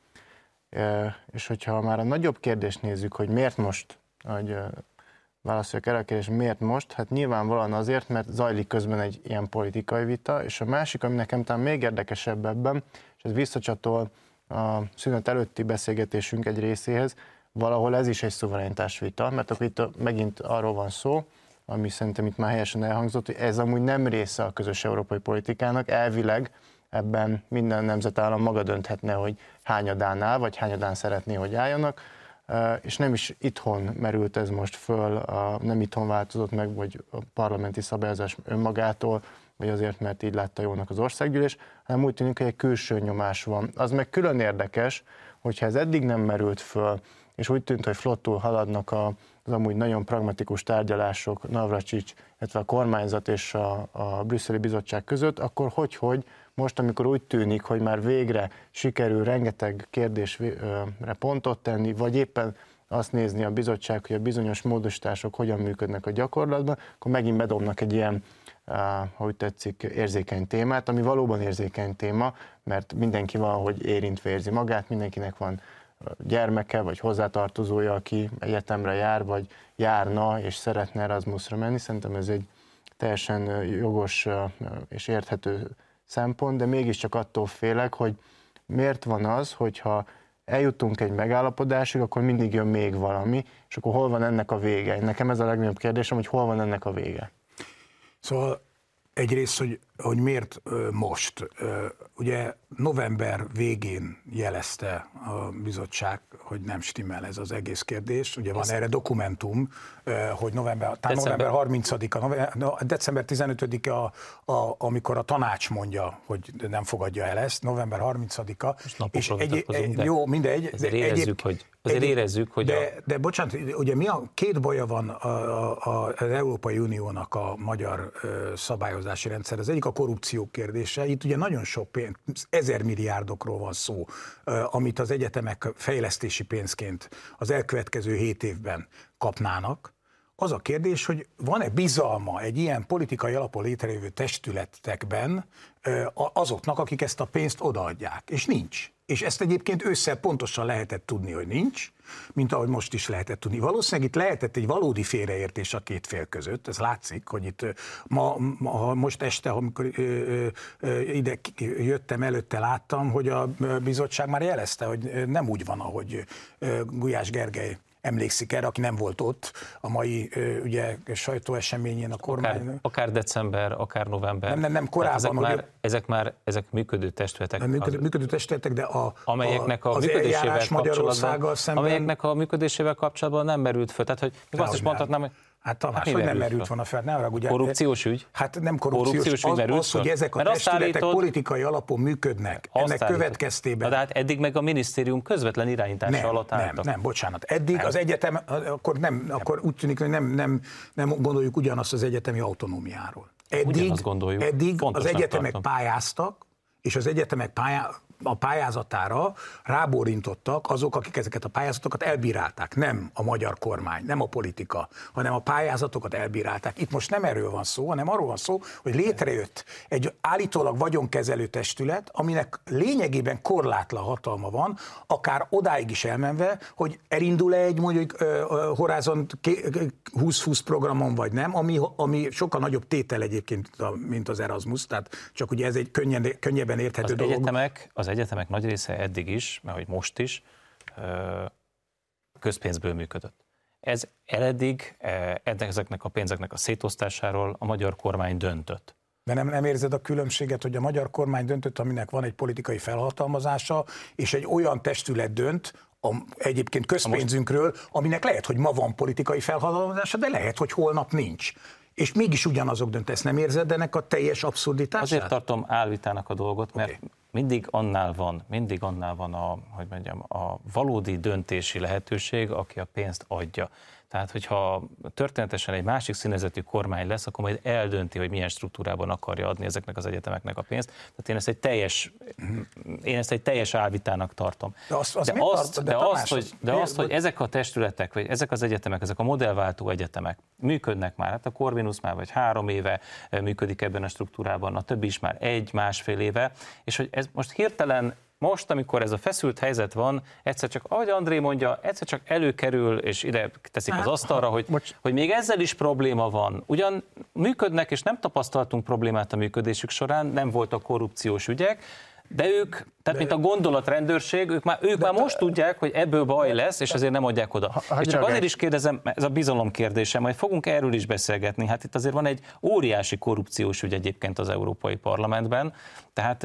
E, és hogyha már a nagyobb kérdést nézzük, hogy miért most, hogy válaszoljak erre a kérdésre, miért most, hát nyilvánvalóan azért, mert zajlik közben egy ilyen politikai vita, és a másik, ami nekem talán még érdekesebb ebben, és ez visszacsatol a szünet előtti beszélgetésünk egy részéhez, valahol ez is egy szuverenitásvita, mert akkor itt megint arról van szó, ami szerintem itt már helyesen elhangzott, hogy ez amúgy nem része a közös európai politikának, elvileg ebben minden nemzetállam maga dönthetne, hogy hányadán áll, vagy hányadán szeretné, hogy álljanak, és nem is itthon merült ez most föl, nem itthon változott meg, vagy a parlamenti szabályozás önmagától, vagy azért, mert így látta jónak az országgyűlés, hanem úgy tűnik, hogy egy külső nyomás van. Az meg külön érdekes, hogyha ez eddig nem merült föl, és úgy tűnt, hogy flottul haladnak az amúgy nagyon pragmatikus tárgyalások Navracsics, illetve a kormányzat és a, a brüsszeli bizottság között, akkor hogy-hogy most, amikor úgy tűnik, hogy már végre sikerül rengeteg kérdésre pontot tenni, vagy éppen azt nézni a bizottság, hogy a bizonyos módosítások hogyan működnek a gyakorlatban, akkor megint bedobnak egy ilyen, ha úgy tetszik, érzékeny témát, ami valóban érzékeny téma, mert mindenki valahogy érintve érzi magát, mindenkinek van gyermeke, vagy hozzátartozója, aki egyetemre jár, vagy járna, és szeretne Erasmusra menni. Szerintem ez egy teljesen jogos és érthető szempont, de mégiscsak attól félek, hogy miért van az, hogyha eljutunk egy megállapodásig, akkor mindig jön még valami, és akkor hol van ennek a vége? Nekem ez a legnagyobb kérdésem, hogy hol van ennek a vége. Szóval Egyrészt, hogy, hogy miért most. Ugye november végén jelezte a bizottság, hogy nem stimmel ez az egész kérdés. Ugye van ez erre dokumentum, hogy november, december. november harmincadika, december tizenötödike, a, a, amikor a tanács mondja, hogy nem fogadja el ezt, november harmincadika. És egy, egy, jó, mindegy. Azért érezzük, egyéb, hogy, azért egy, érezzük, hogy de, a... de bocsánat, ugye mi a két baja van a, a, a, az Európai Uniónak a magyar szabályozási rendszer. Az egyik a korrupció kérdése. Itt ugye nagyon sok pénz, ezer milliárdokról van szó, amit az egyetemek fejlesztési pénzként az elkövetkező hét évben kapnának. Az a kérdés, hogy van-e bizalma egy ilyen politikai alapon létrejövő testületekben azoknak, akik ezt a pénzt odaadják, és nincs. És ezt egyébként ősszel pontosan lehetett tudni, hogy nincs, mint ahogy most is lehetett tudni. Valószínűleg itt lehetett egy valódi félreértés a két fél között, ez látszik, hogy itt ma, ma most este, amikor ide jöttem, előtte láttam, hogy a bizottság már jelezte, hogy nem úgy van, ahogy Gulyás Gergely emlékszik erre, aki nem volt ott a mai ugye, sajtóeseményén a kormány. Akár, akár december, akár november. Nem, nem, nem korábban. Ezek ugye, már, ezek már ezek működő testületek. Működő, az, működő testületek, de a, amelyeknek a, a, az működésével kapcsolatban, szemben... amelyeknek a működésével kapcsolatban nem merült föl. Tehát, hogy még azt is mondhatnám, hogy Hát Tamás, hát hogy nem merült volna fel, ne arra, ugye. Korrupciós ügy? Hát nem korrupciós, korrupciós ügy merült az, az, hogy ezek a Mert testületek állítod, politikai alapon működnek, ennek állítod. következtében. De hát eddig meg a minisztérium közvetlen irányítása nem, alatt álltak. Nem, nem, bocsánat. Eddig nem. Az egyetem, akkor, nem, nem. akkor úgy tűnik, hogy nem, nem, nem gondoljuk ugyanazt az egyetemi autonómiáról. Eddig, gondoljuk, eddig az egyetemek tartom. pályáztak, és az egyetemek pályá, a pályázatára rábórintottak azok, akik ezeket a pályázatokat elbírálták. Nem a magyar kormány, nem a politika, hanem a pályázatokat elbírálták. Itt most nem erről van szó, hanem arról van szó, hogy létrejött egy állítólag vagyonkezelő testület, aminek lényegében korlátlan hatalma van, akár odáig is elmenve, hogy elindul-e egy mondjuk uh, Horizon húsz húsz programon, vagy nem, ami, ami sokkal nagyobb tétel egyébként, mint az Erasmus, tehát csak ugye ez egy könnyen, könnyebben érthető az dolog. Egyetemek, az egyetemek nagy része eddig is, mert hogy most is, közpénzből működött. Ez eddig ezeknek a pénzeknek a szétosztásáról a magyar kormány döntött. De nem, nem érzed a különbséget, hogy a magyar kormány döntött, aminek van egy politikai felhatalmazása, és egy olyan testület dönt, a, egyébként közpénzünkről, aminek lehet, hogy ma van politikai felhatalmazása, de lehet, hogy holnap nincs. És mégis ugyanazok dönt, ezt nem érzed ennek a teljes abszurditását? Azért tartom álvitának a dolgot, mert okay. mindig annál van, mindig annál van a, hogy mondjam, a valódi döntési lehetőség, aki a pénzt adja. Tehát, hogyha történetesen egy másik színezetű kormány lesz, akkor majd eldönti, hogy milyen struktúrában akarja adni ezeknek az egyetemeknek a pénzt. Tehát én ezt egy teljes, én ezt egy teljes álvitának tartom. De azt, az de azt, tart, de de azt, hogy, de azt, hogy ezek a testületek, vagy ezek az egyetemek, ezek a modellváltó egyetemek működnek már, hát a Corvinus már vagy három éve működik ebben a struktúrában, a többi is már egy, másfél éve, és hogy ez most hirtelen most, amikor ez a feszült helyzet van, egyszer csak, ahogy André mondja, egyszer csak előkerül, és ide teszik az asztalra, hogy, hogy még ezzel is probléma van. Ugyan működnek, és nem tapasztaltunk problémát a működésük során, nem voltak korrupciós ügyek, de ők, tehát de, mint a gondolatrendőrség, ők már, ők de, már most tudják, hogy ebből baj lesz, és azért nem adják oda. Ha, és csak azért is kérdezem, ez a bizalom kérdése, majd fogunk erről is beszélgetni, hát itt azért van egy óriási korrupciós ügy egyébként az Európai Parlamentben, tehát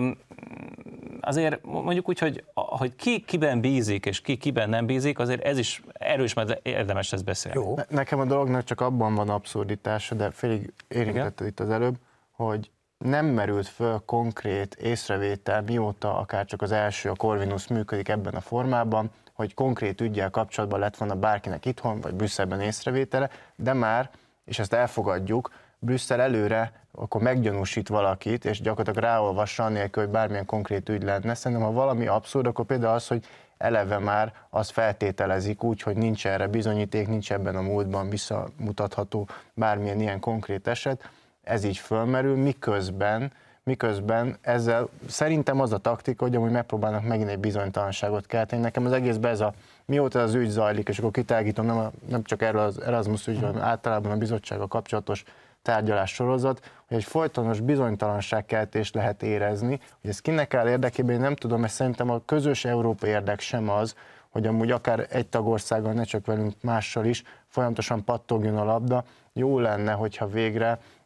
azért mondjuk úgy, hogy, hogy ki kiben bízik, és ki kiben nem bízik, azért ez is erős, mert érdemes ezt beszélni. Jó. Nekem a dolognak csak abban van abszurditása, de félig érintetted itt az előbb, hogy nem merült föl konkrét észrevétel, mióta akár csak az első, a Corvinus működik ebben a formában, hogy konkrét üggyel kapcsolatban lett volna bárkinek itthon, vagy Brüsszelben észrevétele, de már, és ezt elfogadjuk, Brüsszel előre akkor meggyanúsít valakit, és gyakorlatilag ráolvassa annélkül, hogy bármilyen konkrét ügy lenne. Szerintem, ha valami abszurd, akkor például az, hogy eleve már azt feltételezik úgy, hogy nincs erre bizonyíték, nincs ebben a múltban visszamutatható bármilyen ilyen konkrét eset, ez így fölmerül, miközben, miközben ezzel szerintem az a taktika, hogy amúgy megpróbálnak megint egy bizonytalanságot kelteni. Nekem az egészben ez a, mióta az ügy zajlik, és akkor kitágítom, nem, a, nem csak erről az Erasmus ügyről, hanem általában a bizottsággal kapcsolatos tárgyalás sorozat, hogy egy folytonos bizonytalanságkeltést lehet érezni, hogy ez kinek áll érdekében, én nem tudom, mert szerintem a közös európai érdek sem az, hogy amúgy akár egy tagországgal, ne csak velünk, mással is folyamatosan pattogjon a labda. Jó lenne, hogyha végre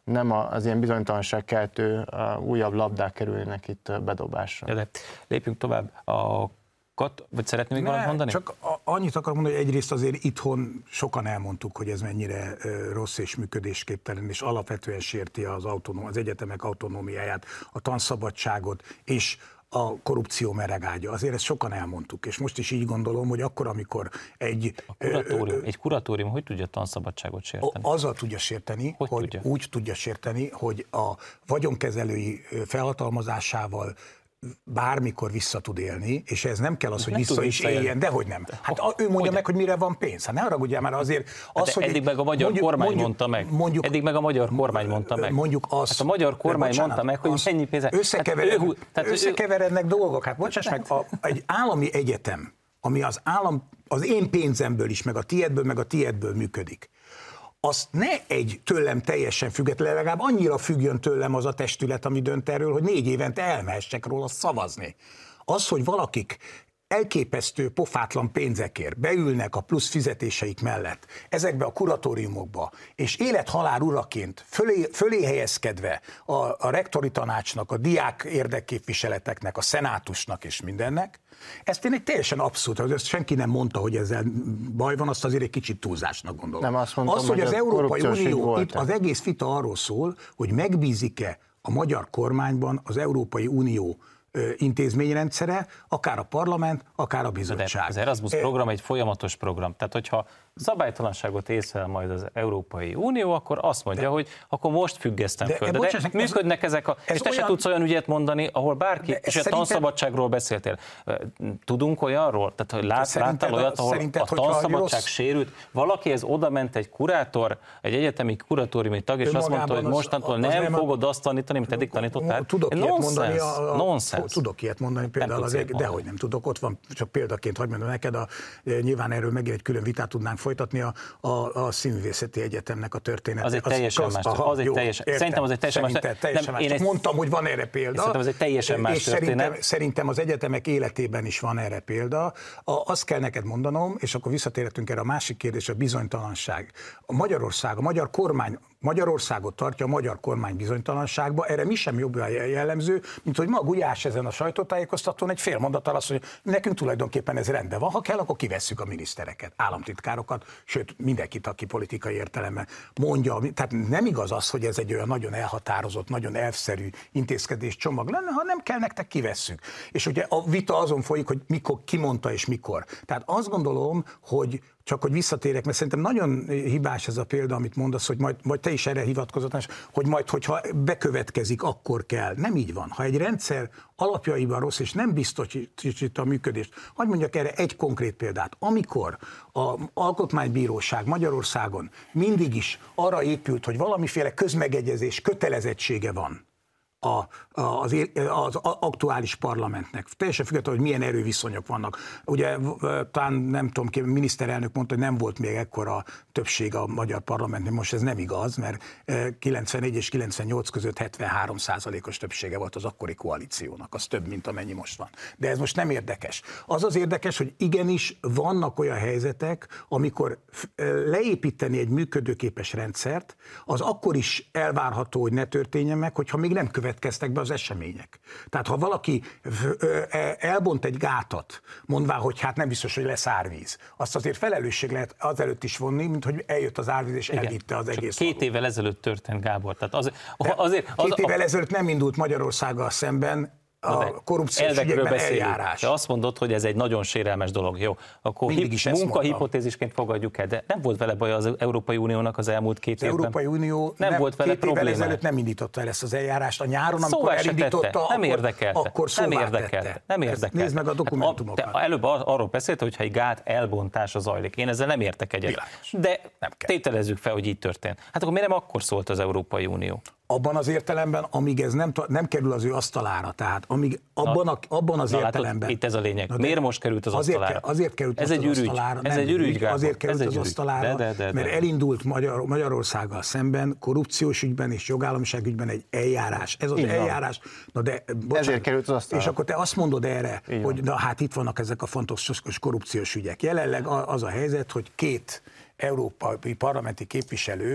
nem az ilyen bizonytalanságkeltő újabb labdák kerülnek itt bedobásra. Ja, de lépjünk tovább. A kat, vagy szeretném még valamit mondani? Csak annyit akarok mondani, hogy egyrészt azért itthon sokan elmondtuk, hogy ez mennyire rossz és működésképtelen, és alapvetően sérti az, autonóm, az egyetemek autonómiáját, a tanszabadságot, és a korrupció meregágya. Azért ezt sokan elmondtuk, és most is így gondolom, hogy akkor, amikor egy... A kuratórium, egy kuratórium hogy tudja a tanszabadságot sérteni? Azzal tudja sérteni, hogy, hogy tudja? úgy tudja sérteni, hogy a vagyonkezelői felhatalmazásával bármikor vissza tud élni, és ez nem kell az, hogy vissza is éljen, dehogy nem. Hát ő mondja hogy? meg, hogy mire van pénz. Hát ne haragudjál már azért. Az, hát hogy eddig meg a magyar mondjuk, kormány mondjuk, mondta meg. Mondjuk, eddig meg a magyar kormány mondta meg. Mondjuk azt. Hát a magyar kormány bocsánat, mondta meg, hogy mennyi pénz. Összekevered, hát ő, tehát összekeverednek ő, dolgok. Hát bocsáss meg, a, egy állami egyetem, ami az állam, az én pénzemből is, meg a tiédből, meg a tiédből működik, azt ne egy tőlem teljesen független, legalább annyira függjön tőlem az a testület, ami dönt erről, hogy négy évente elmehessek róla szavazni. Az, hogy valakik elképesztő pofátlan pénzekért beülnek a plusz fizetéseik mellett ezekbe a kuratóriumokba, és élet-halál uraként fölé, fölé helyezkedve a, a rektori tanácsnak, a diák érdekképviseleteknek, a szenátusnak és mindennek, ezt én egy teljesen abszurd, hogy ezt senki nem mondta, hogy ezzel baj van, azt azért egy kicsit túlzásnak gondolom. Nem, azt mondtam, az, hogy az Európai Unió, itt az egész vita arról szól, hogy megbízik-e a magyar kormányban az Európai Unió intézményrendszere, akár a parlament, akár a bizottság. De az Erasmus program egy folyamatos program. Tehát, hogyha szabálytalanságot észrel majd az Európai Unió, akkor azt mondja, de, hogy akkor most függesztem föl. De, de működnek ez, ezek a... Ez és te olyan, se tudsz olyan ügyet mondani, ahol bárki, és a tanszabadságról beszéltél. Tudunk olyanról? Tehát, hogy lát, láttál olyat, ahol a tanszabadság rossz... sérült? Valakihez oda ment egy kurátor, egy egyetemi kuratóriumi tag, és azt mondta, hogy mostantól az, az nem az fogod azt tanítani, amit eddig tanítottál. Tudok ilyet mondani, a, a, nonsense. Tudok ilyet mondani, például az, dehogy nem tudok, ott van, csak példaként, hogy mondom neked, a, nyilván erről megint egy külön vitát tudnánk folytatni, a, a, a Színművészeti Egyetemnek a története. Az egy teljesen az, más. Aha, az egy jó, teljesen, értem, szerintem az egy teljesen más. Teljesen más. Én ezt, mondtam, hogy van erre példa. Szerintem az egy teljesen más és történet. Szerintem, szerintem az egyetemek életében is van erre példa. A, azt kell neked mondanom, és akkor visszatérhetünk erre a másik kérdés, a bizonytalanság. A Magyarország, a magyar kormány Magyarországot tartja a magyar kormány bizonytalanságba, erre mi sem jobb jellemző, mint hogy ma Gulyás ezen a sajtótájékoztatón egy fél mondattal azt mondja, hogy nekünk tulajdonképpen ez rendben van, ha kell, akkor kivesszük a minisztereket, államtitkárokat, sőt mindenkit, aki politikai értelemben mondja. Tehát nem igaz az, hogy ez egy olyan nagyon elhatározott, nagyon elvszerű intézkedés csomag lenne, ha nem kell, nektek kivesszük. És ugye a vita azon folyik, hogy mikor, ki mondta és mikor. Tehát azt gondolom, hogy csak hogy visszatérek, mert szerintem nagyon hibás ez a példa, amit mondasz, hogy majd, majd te is erre hivatkozott, hogy majd, hogyha bekövetkezik, akkor kell. Nem így van. Ha egy rendszer alapjaiban rossz, és nem biztosít a működést, hadd mondjak erre egy konkrét példát. Amikor az Alkotmánybíróság Magyarországon mindig is arra épült, hogy valamiféle közmegegyezés kötelezettsége van A, az, az aktuális parlamentnek. Teljesen függetlenül, hogy milyen erőviszonyok vannak. Ugye talán nem tudom ki, miniszterelnök mondta, hogy nem volt még ekkora többség a magyar parlamentnél, most ez nem igaz, mert kilencvenegy és kilencvennyolc között hetvenhárom százalékos többsége volt az akkori koalíciónak, az több, mint amennyi most van. De ez most nem érdekes. Az az érdekes, hogy igenis vannak olyan helyzetek, amikor leépíteni egy működőképes rendszert, az akkor is elvárható, hogy ne történjen meg, hogyha még nem következtek be az események. Tehát ha valaki elbont egy gátat, mondván, hogy hát nem biztos, hogy lesz árvíz, azt azért felelősség lehet azelőtt is vonni, mint hogy eljött az árvíz és elvitte az egész. Két való. évvel ezelőtt történt, Gábor. Tehát az, azért, az, két évvel ezelőtt nem indult Magyarországgal szemben a korrupciós ügyekben eljárás. Te azt mondod, hogy ez egy nagyon sérelmes dolog. Jó, akkor hip, munkahipotézisként fogadjuk el, de nem volt vele baj az Európai Uniónak az elmúlt két az évben? Az Európai Unió nem, nem volt vele két probléma. évvel ezelőtt nem indította el ezt az eljárást. A nyáron, amikor szóval elindította, nem akkor, érdekelte. akkor szóvá nem érdekelte. tette. Nem érdekelte. Nézd meg a dokumentumokat. Hát a, te előbb arról beszélt, hogy ha egy gát elbontása zajlik. Én ezzel nem értek egyet. Világos. De nem tételezzük fel, hogy így történt. Hát akkor miért nem akkor szólt az Európai Unió? Abban az értelemben, amíg ez nem, nem kerül az ő asztalára, tehát amíg abban, a, abban az na, értelemben... Látod, itt ez a lényeg. Miért most került az azért, asztalára? Azért került ez az egy ürügy. asztalára. Ez egy ürügy, Gábor. Azért került ez az asztalára, de, de, de, de, mert elindult Magyar, Magyarországgal szemben korrupciós ügyben és jogállamiság ügyben egy eljárás. Ez az így eljárás... Na de, bocsánat, ezért került az asztalára. És akkor te azt mondod erre, így hogy na hát itt vannak ezek a fontos korrupciós ügyek. Jelenleg az a helyzet, hogy két európai parlamenti képviselő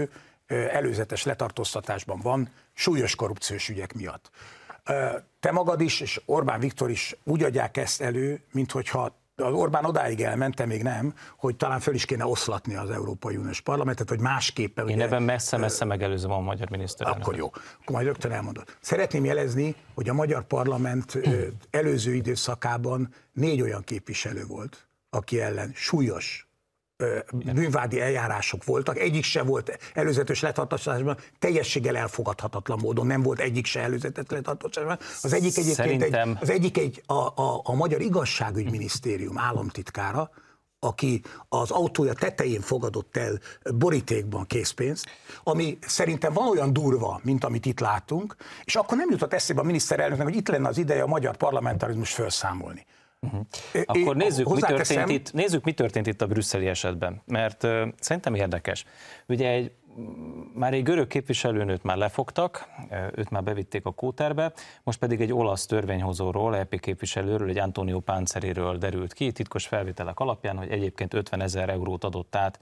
előzetes letartóztatásban van súlyos korrupciós ügyek miatt. Te magad is, és Orbán Viktor is úgy adják ezt elő, minthogyha az Orbán odáig elment, még nem, hogy talán föl is kéne oszlatni az Európai Uniós Parlamentet, hogy másképpen... Én ugye, ebben messze-messze megelőzöm a magyar miniszterelnököt. Akkor jó, akkor majd rögtön elmondod. Szeretném jelezni, hogy a magyar parlament előző időszakában négy olyan képviselő volt, aki ellen súlyos bűnvádi eljárások voltak, egyik se volt előzetes letartóztatásban, teljességgel elfogadhatatlan módon nem volt egyik se előzetes letartóztatásban. Az egyik egyébként Szerintem... egy, az egyik egy a, a, a Magyar Igazságügyminisztérium államtitkára, aki az autója tetején fogadott el borítékban készpénzt, ami szerintem van olyan durva, mint amit itt látunk, és akkor nem jutott eszébe a miniszterelnöknek, hogy itt lenne az ideje a magyar parlamentarizmus felszámolni. Uh-huh. Akkor nézzük mi, történt itt, nézzük, mi történt itt a brüsszeli esetben, mert uh, szerintem érdekes. Ugye egy, már egy görög képviselőnőt már lefogtak, őt már bevitték a kóterbe, most pedig egy olasz törvényhozóról, é pé képviselőről, egy Antonio Panzeriről derült ki, titkos felvételek alapján, hogy egyébként ötvenezer eurót adott át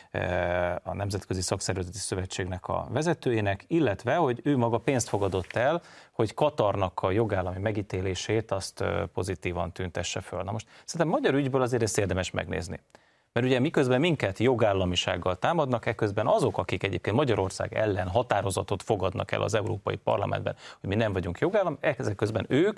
a Nemzetközi Szakszervezeti Szövetségnek a vezetőjének, illetve, hogy ő maga pénzt fogadott el, hogy Katarnak a jogállami megítélését azt pozitívan tüntesse föl. Na most szerintem magyar ügyből azért ezt érdemes megnézni. Mert ugye miközben minket jogállamisággal támadnak, ekközben azok, akik egyébként Magyarország ellen határozatot fogadnak el az Európai Parlamentben, hogy mi nem vagyunk jogállam, ezek közben ők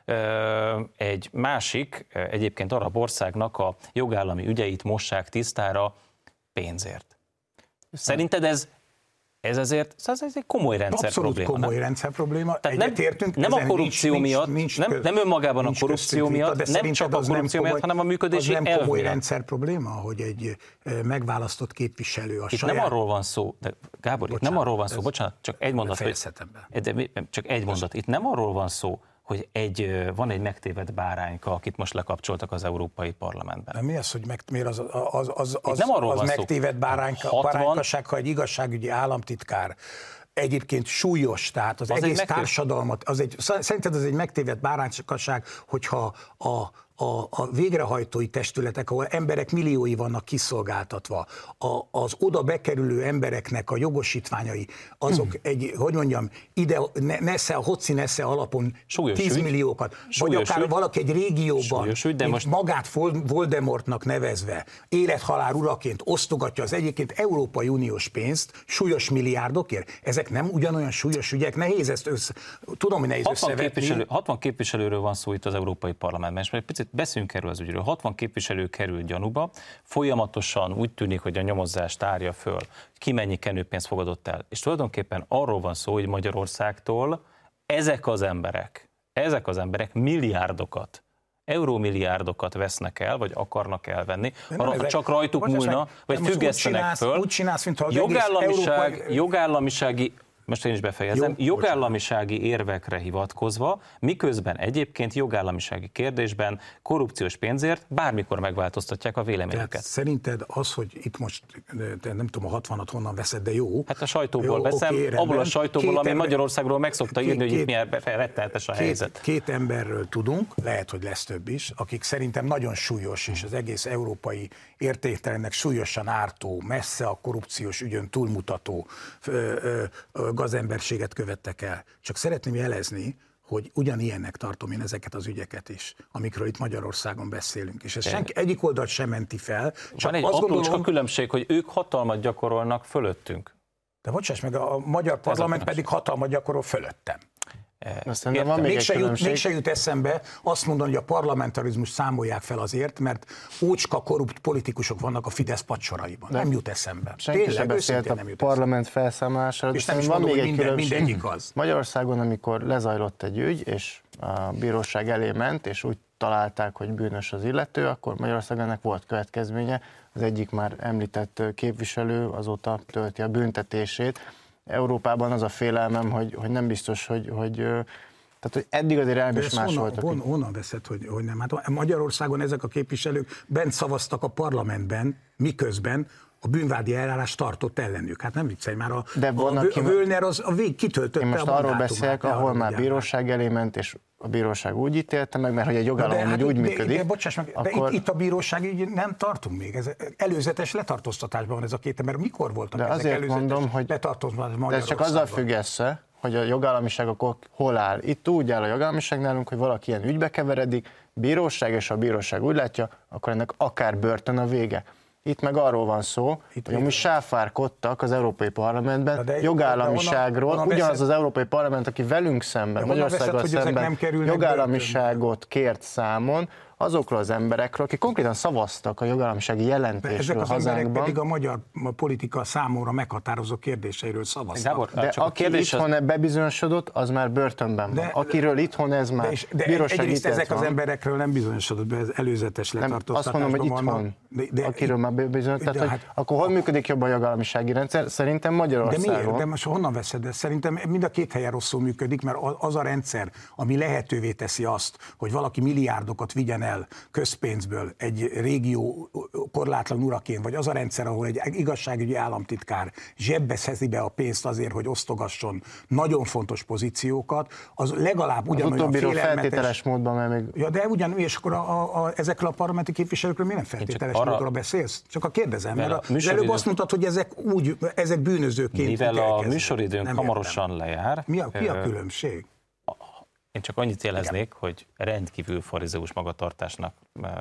egy másik, egyébként arab országnak a jogállami ügyeit mossák tisztára pénzért. Szerinted ez Ez azért ez egy komoly rendszer Abszolút probléma. Abszolút komoly nem? rendszer probléma. Tehát nem, nem a korrupció nincs, miatt, nincs, nincs, nem, nem önmagában a korrupció miatt, de nem csak a korrupció miatt, hanem a működési elv miatt. Az nem komoly rendszer probléma, hogy egy megválasztott képviselő a itt saját... nem arról van szó, de Gábor, bocsánat, itt nem arról van szó, bocsánat, csak egy mondat. Fejezhetem be. De, csak egy mondat. Itt nem arról van szó, hogy egy, van egy megtévedt bárányka, akit most lekapcsoltak az Európai Parlamentben. De mi az, hogy meg, miért az, az, az, az, nem arról az van megtévedt bárányka, hatvan báránykaság, ha egy igazságügyi államtitkár egyébként súlyos, tehát az, az egész társadalmat, az egy, szerinted az egy megtévedt báránykaság, hogyha a A, a végrehajtói testületek, ahol emberek milliói vannak kiszolgáltatva, a, az oda bekerülő embereknek a jogosítványai, azok mm. egy, hogy mondjam, ide nesze, a hoci nesze alapon tízmilliókat, vagy akár ügy. Valaki egy régióban, ügy, de most... magát Voldemortnak nevezve, élethalál uraként osztogatja az egyébként Európai Uniós pénzt súlyos milliárdokért. Ezek nem ugyanolyan súlyos ügyek? Nehéz ezt össze... Tudom, hogy nehéz hatvan összevetni. Képviselő, hatvan képviselőről van szó itt az Európai Parlamentben, és egy picit beszéljünk erről az ügyről. hatvan képviselő került gyanúba, folyamatosan úgy tűnik, hogy a nyomozást tárja föl, hogy ki mennyi kenőpénzt fogadott el. És tulajdonképpen arról van szó, hogy Magyarországtól ezek az emberek, ezek az emberek milliárdokat, eurómilliárdokat vesznek el, vagy akarnak elvenni, ha csak rajtuk múlna, vagy függesztenek föl. Úgy csinálsz, mintha az jogállamiság, európai... jogállamisági most én is befejezem, Jó, jogállamisági bocsánat. érvekre hivatkozva, miközben egyébként jogállamisági kérdésben korrupciós pénzért bármikor megváltoztatják a véleményüket. Tehát szerinted az, hogy itt most, nem tudom a hatvanat honnan veszed, de jó. Hát a sajtóból jó, veszem, okay, abból a sajtóból, két ami ember, Magyarországról meg szokta írni, két, hogy itt milyen rettenetes a két, helyzet. Két emberről tudunk, lehet, hogy lesz több is, akik szerintem nagyon súlyos, és az egész európai értéktelennek súlyosan ártó, messze a korrupciós ügyön túlmutató ö, ö, ö, gazemberséget követtek el. Csak szeretném jelezni, hogy ugyanilyennek tartom én ezeket az ügyeket is, amikről itt Magyarországon beszélünk. És ez senki, egyik oldalt sem menti fel. Csak van egy aprócska gondolom, különbség, hogy ők hatalmat gyakorolnak fölöttünk. De bocsáss meg, a magyar parlament pedig hatalmat gyakorol fölöttem. Értem, van még mégse, jut, mégse jut eszembe azt mondani, hogy a parlamentarizmus számolják fel azért, mert ócska korrupt politikusok vannak a Fidesz padsoraiban. Nem jut eszembe. Senki sem beszélt a parlament felszámolásáról. És nem is van mondom, még egy minden, mindegyik az. Magyarországon, amikor lezajlott egy ügy, és a bíróság elé ment, és úgy találták, hogy bűnös az illető, akkor Magyarországon ennek volt következménye. Az egyik már említett képviselő azóta tölti a büntetését. Európában az a félelmem, hogy, hogy nem biztos, hogy, hogy, tehát, hogy eddig azért elmismásoltak. Honnan, honnan veszed, hogy, hogy nem? Hát Magyarországon ezek a képviselők bent szavaztak a parlamentben, miközben a bűnvádi eljárás tartott ellenük. Hát nem viccelj már, a, De a, a Völner az a vég kitöltötte. Én most a arról beszélek, ahol már bíróság elé ment, és a bíróság úgy ítélte meg, mert hogy egy jogállam hát, úgy működik. De, de, bocsáss meg, akkor... de itt, itt a bíróság így nem tartunk még. Ez előzetes letartóztatásban van ez a két ember. Mikor voltak de ezek azért előzetes mondom, hogy letartóztatásban? De ez csak azzal függ össze, hogy a jogállamiság akkor hol áll. Itt úgy áll a jogállamiság nálunk, hogy valaki ilyen ügybe keveredik, bíróság, és a bíróság úgy látja, akkor ennek akár börtön a vége. Itt meg arról van szó, itt hogy mi sáfárkodtak az Európai Parlamentben de, jogállamiságról, de honnan, honnan ugyanaz veszed, az Európai Parlament, aki velünk szemben, Magyarországgal szemben jogállamiságot kért számon, azokról az emberekről, akik konkrétan szavaztak a jogállamisági jelentésről ezek az hazánkban. Emberek pedig a magyar politika számomra meghatározó kérdéseiről szavaztak. De, de aki kérdés itthon az... bebizonyosodott, az már börtönben van. De, Akiről itthon ez már de, de egyrészt ezek van. Az emberekről nem bizonyosodott be, ez előzetes letartóztatásban vannak. Azt mondom, hogy itthon, de, de, akiről már bebizonyosodott. Tehát, hát, akkor hol működik jobban a jogállamisági rendszer? Szerintem Magyarországon. De miért? De most honnan veszed ezt? Szerintem mind a két helyen rosszul működik, mert az a rendszer, ami lehetővé teszi azt, hogy valaki milliárdokat vigyen el közpénzből egy régió korlátlan uraként, vagy az a rendszer, ahol egy igazságügyi államtitkár zsebbe szedi be a pénzt azért, hogy osztogasson nagyon fontos pozíciókat, az legalább ugyanolyan félelmetes... feltételes módban, mert még... Ja, de ugyanúgy, és akkor a, a, a, ezekről a parlamenti képviselőkről miért nem feltételes arra... módon beszélsz? Csak a kérdezem, mert a műsoridőn... előbb azt mondtad, hogy ezek úgy, ezek bűnözőként... Mivel a műsoridőnk hamarosan értem. lejár... Mi a, mi a különbség? Én csak annyit jeleznék, igen. hogy rendkívül farizeus magatartásnak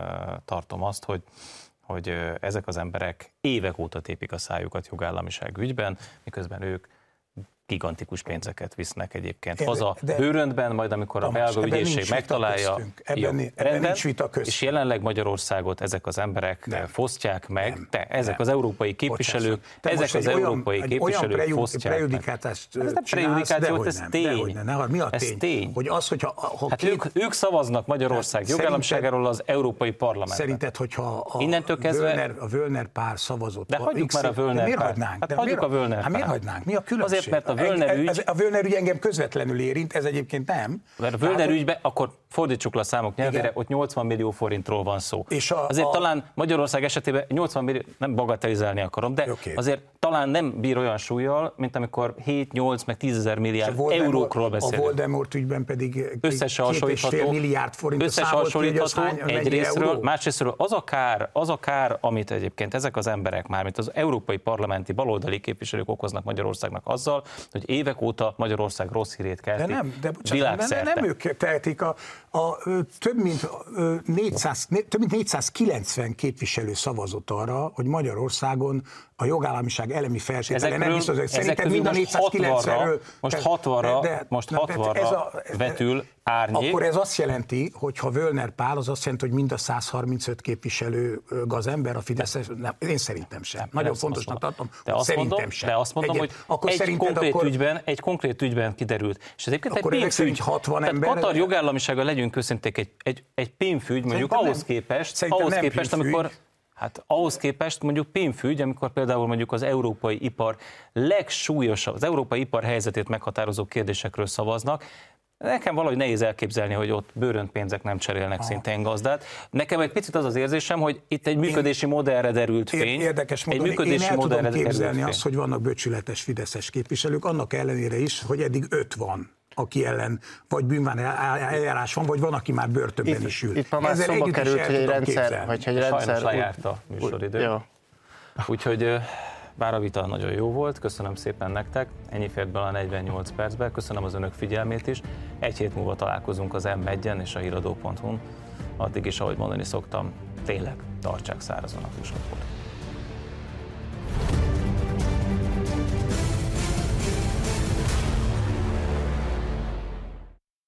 tartom azt, hogy, hogy ezek az emberek évek óta tépik a szájukat jogállamiság ügyben, miközben ők gigantikus pénzeket visznek egyébként de, haza de, bőröntben, majd amikor Tamás, a belga ügyészség megtalálja, ebben, jó, ebben rendben, és jelenleg Magyarországot ezek az emberek nem. fosztják meg, nem, te, ezek nem. az európai képviselők, te ezek az európai olyan, képviselők olyan fosztják prejudikátást meg. Ez nem prejudikáció, ez tény. Mi a tény? tény. Hogy az, hogyha, ha hát két... ők, ők szavaznak Magyarország jogállamiságáról az Európai Parlamentben. Szerinted, hogyha a, Innentől kezdve... Völner, a Völner pár szavazott... De hagyjuk már a Völner párt. Hát hagyjuk a Völner párt. Miért hagynánk? Mi a különbség? Azért, mert a Völner ügy... A Völner ügy engem közvetlenül érint, ez egyébként nem. Mert a Völner ügybe, akkor fordítsuk le a számok nyelvére, ott nyolcvan millió forintról van szó. És a, azért a... talán Magyarország esetében nyolcvan millió, nem bagatelizálni akarom, de okay. azért talán nem bír olyan súllyal, mint amikor hét, nyolc, meg tízezer milliárd eurókról beszélünk. A Voldemort ügyben pedig összehasonlítható, milliárd forint összehasonlítható egyrésztről, másrésztről az a kár, az a kár, amit egyébként ezek az emberek már, mint az európai parlamenti baloldali képviselők okoznak Magyarországnak azzal, hogy évek óta Magyarország rossz hírét kelti. De nem, de bocsánat, nem, nem ők tehetik a, a több mint négyszáz, több mint négyszázkilencven képviselő szavazott arra, hogy Magyarországon a jogállamiság elemi feltétele nem biztos, hogy szerinted mind a négyszázkilencvenről... Most hatvanra, de, de, most hatvanra ez a, vetül árnyék. Akkor ez azt jelenti, hogy ha Völner Pál, az azt jelenti, hogy mind a száz harmincöt képviselő gazember a Fideszes, nem, én szerintem sem. Nem, Nagyon fontosnak tartom, de azt szerintem mondom, sem. De azt mondom, Egyet, hogy egy konkrét, akkor, ügyben, egy konkrét ügyben kiderült. És ez egyébként egy pénzügy. hatvan ember... Tehát Katar jogállamisága, legyünk őszinték, egy, egy, egy pénzügy, mondjuk ahhoz nem, képest, ahhoz képest amikor... Hát ahhoz képest mondjuk pénzügy, amikor például mondjuk az európai ipar legsúlyosabb, az európai ipar helyzetét meghatározó kérdésekről szavaznak, nekem valahogy nehéz elképzelni, hogy ott bőröntpénzek nem cserélnek Aha. szintén gazdát. Nekem egy picit az az érzésem, hogy itt egy működési én, modellre derült fény. Érdekes módon, egy működési én el tudom képzelni azt, hogy vannak becsületes fideszes képviselők, annak ellenére is, hogy eddig öt van, aki ellen vagy bűnvádi eljárás van, vagy van, aki már börtönben itt, is ül. Itt már már szóba került, hogy egy rendszer... Hogy egy rendszer Sajnos lejárt a műsoridő. Úgyhogy bár a vita nagyon jó volt, köszönöm szépen nektek, ennyi fért bele a negyvennyolc percben, köszönöm az önök figyelmét is. Egy hét múlva találkozunk az em egyen és a híradó pont hu-n. Addig is, ahogy mondani szoktam, tényleg tartsák szárazon a húsapot.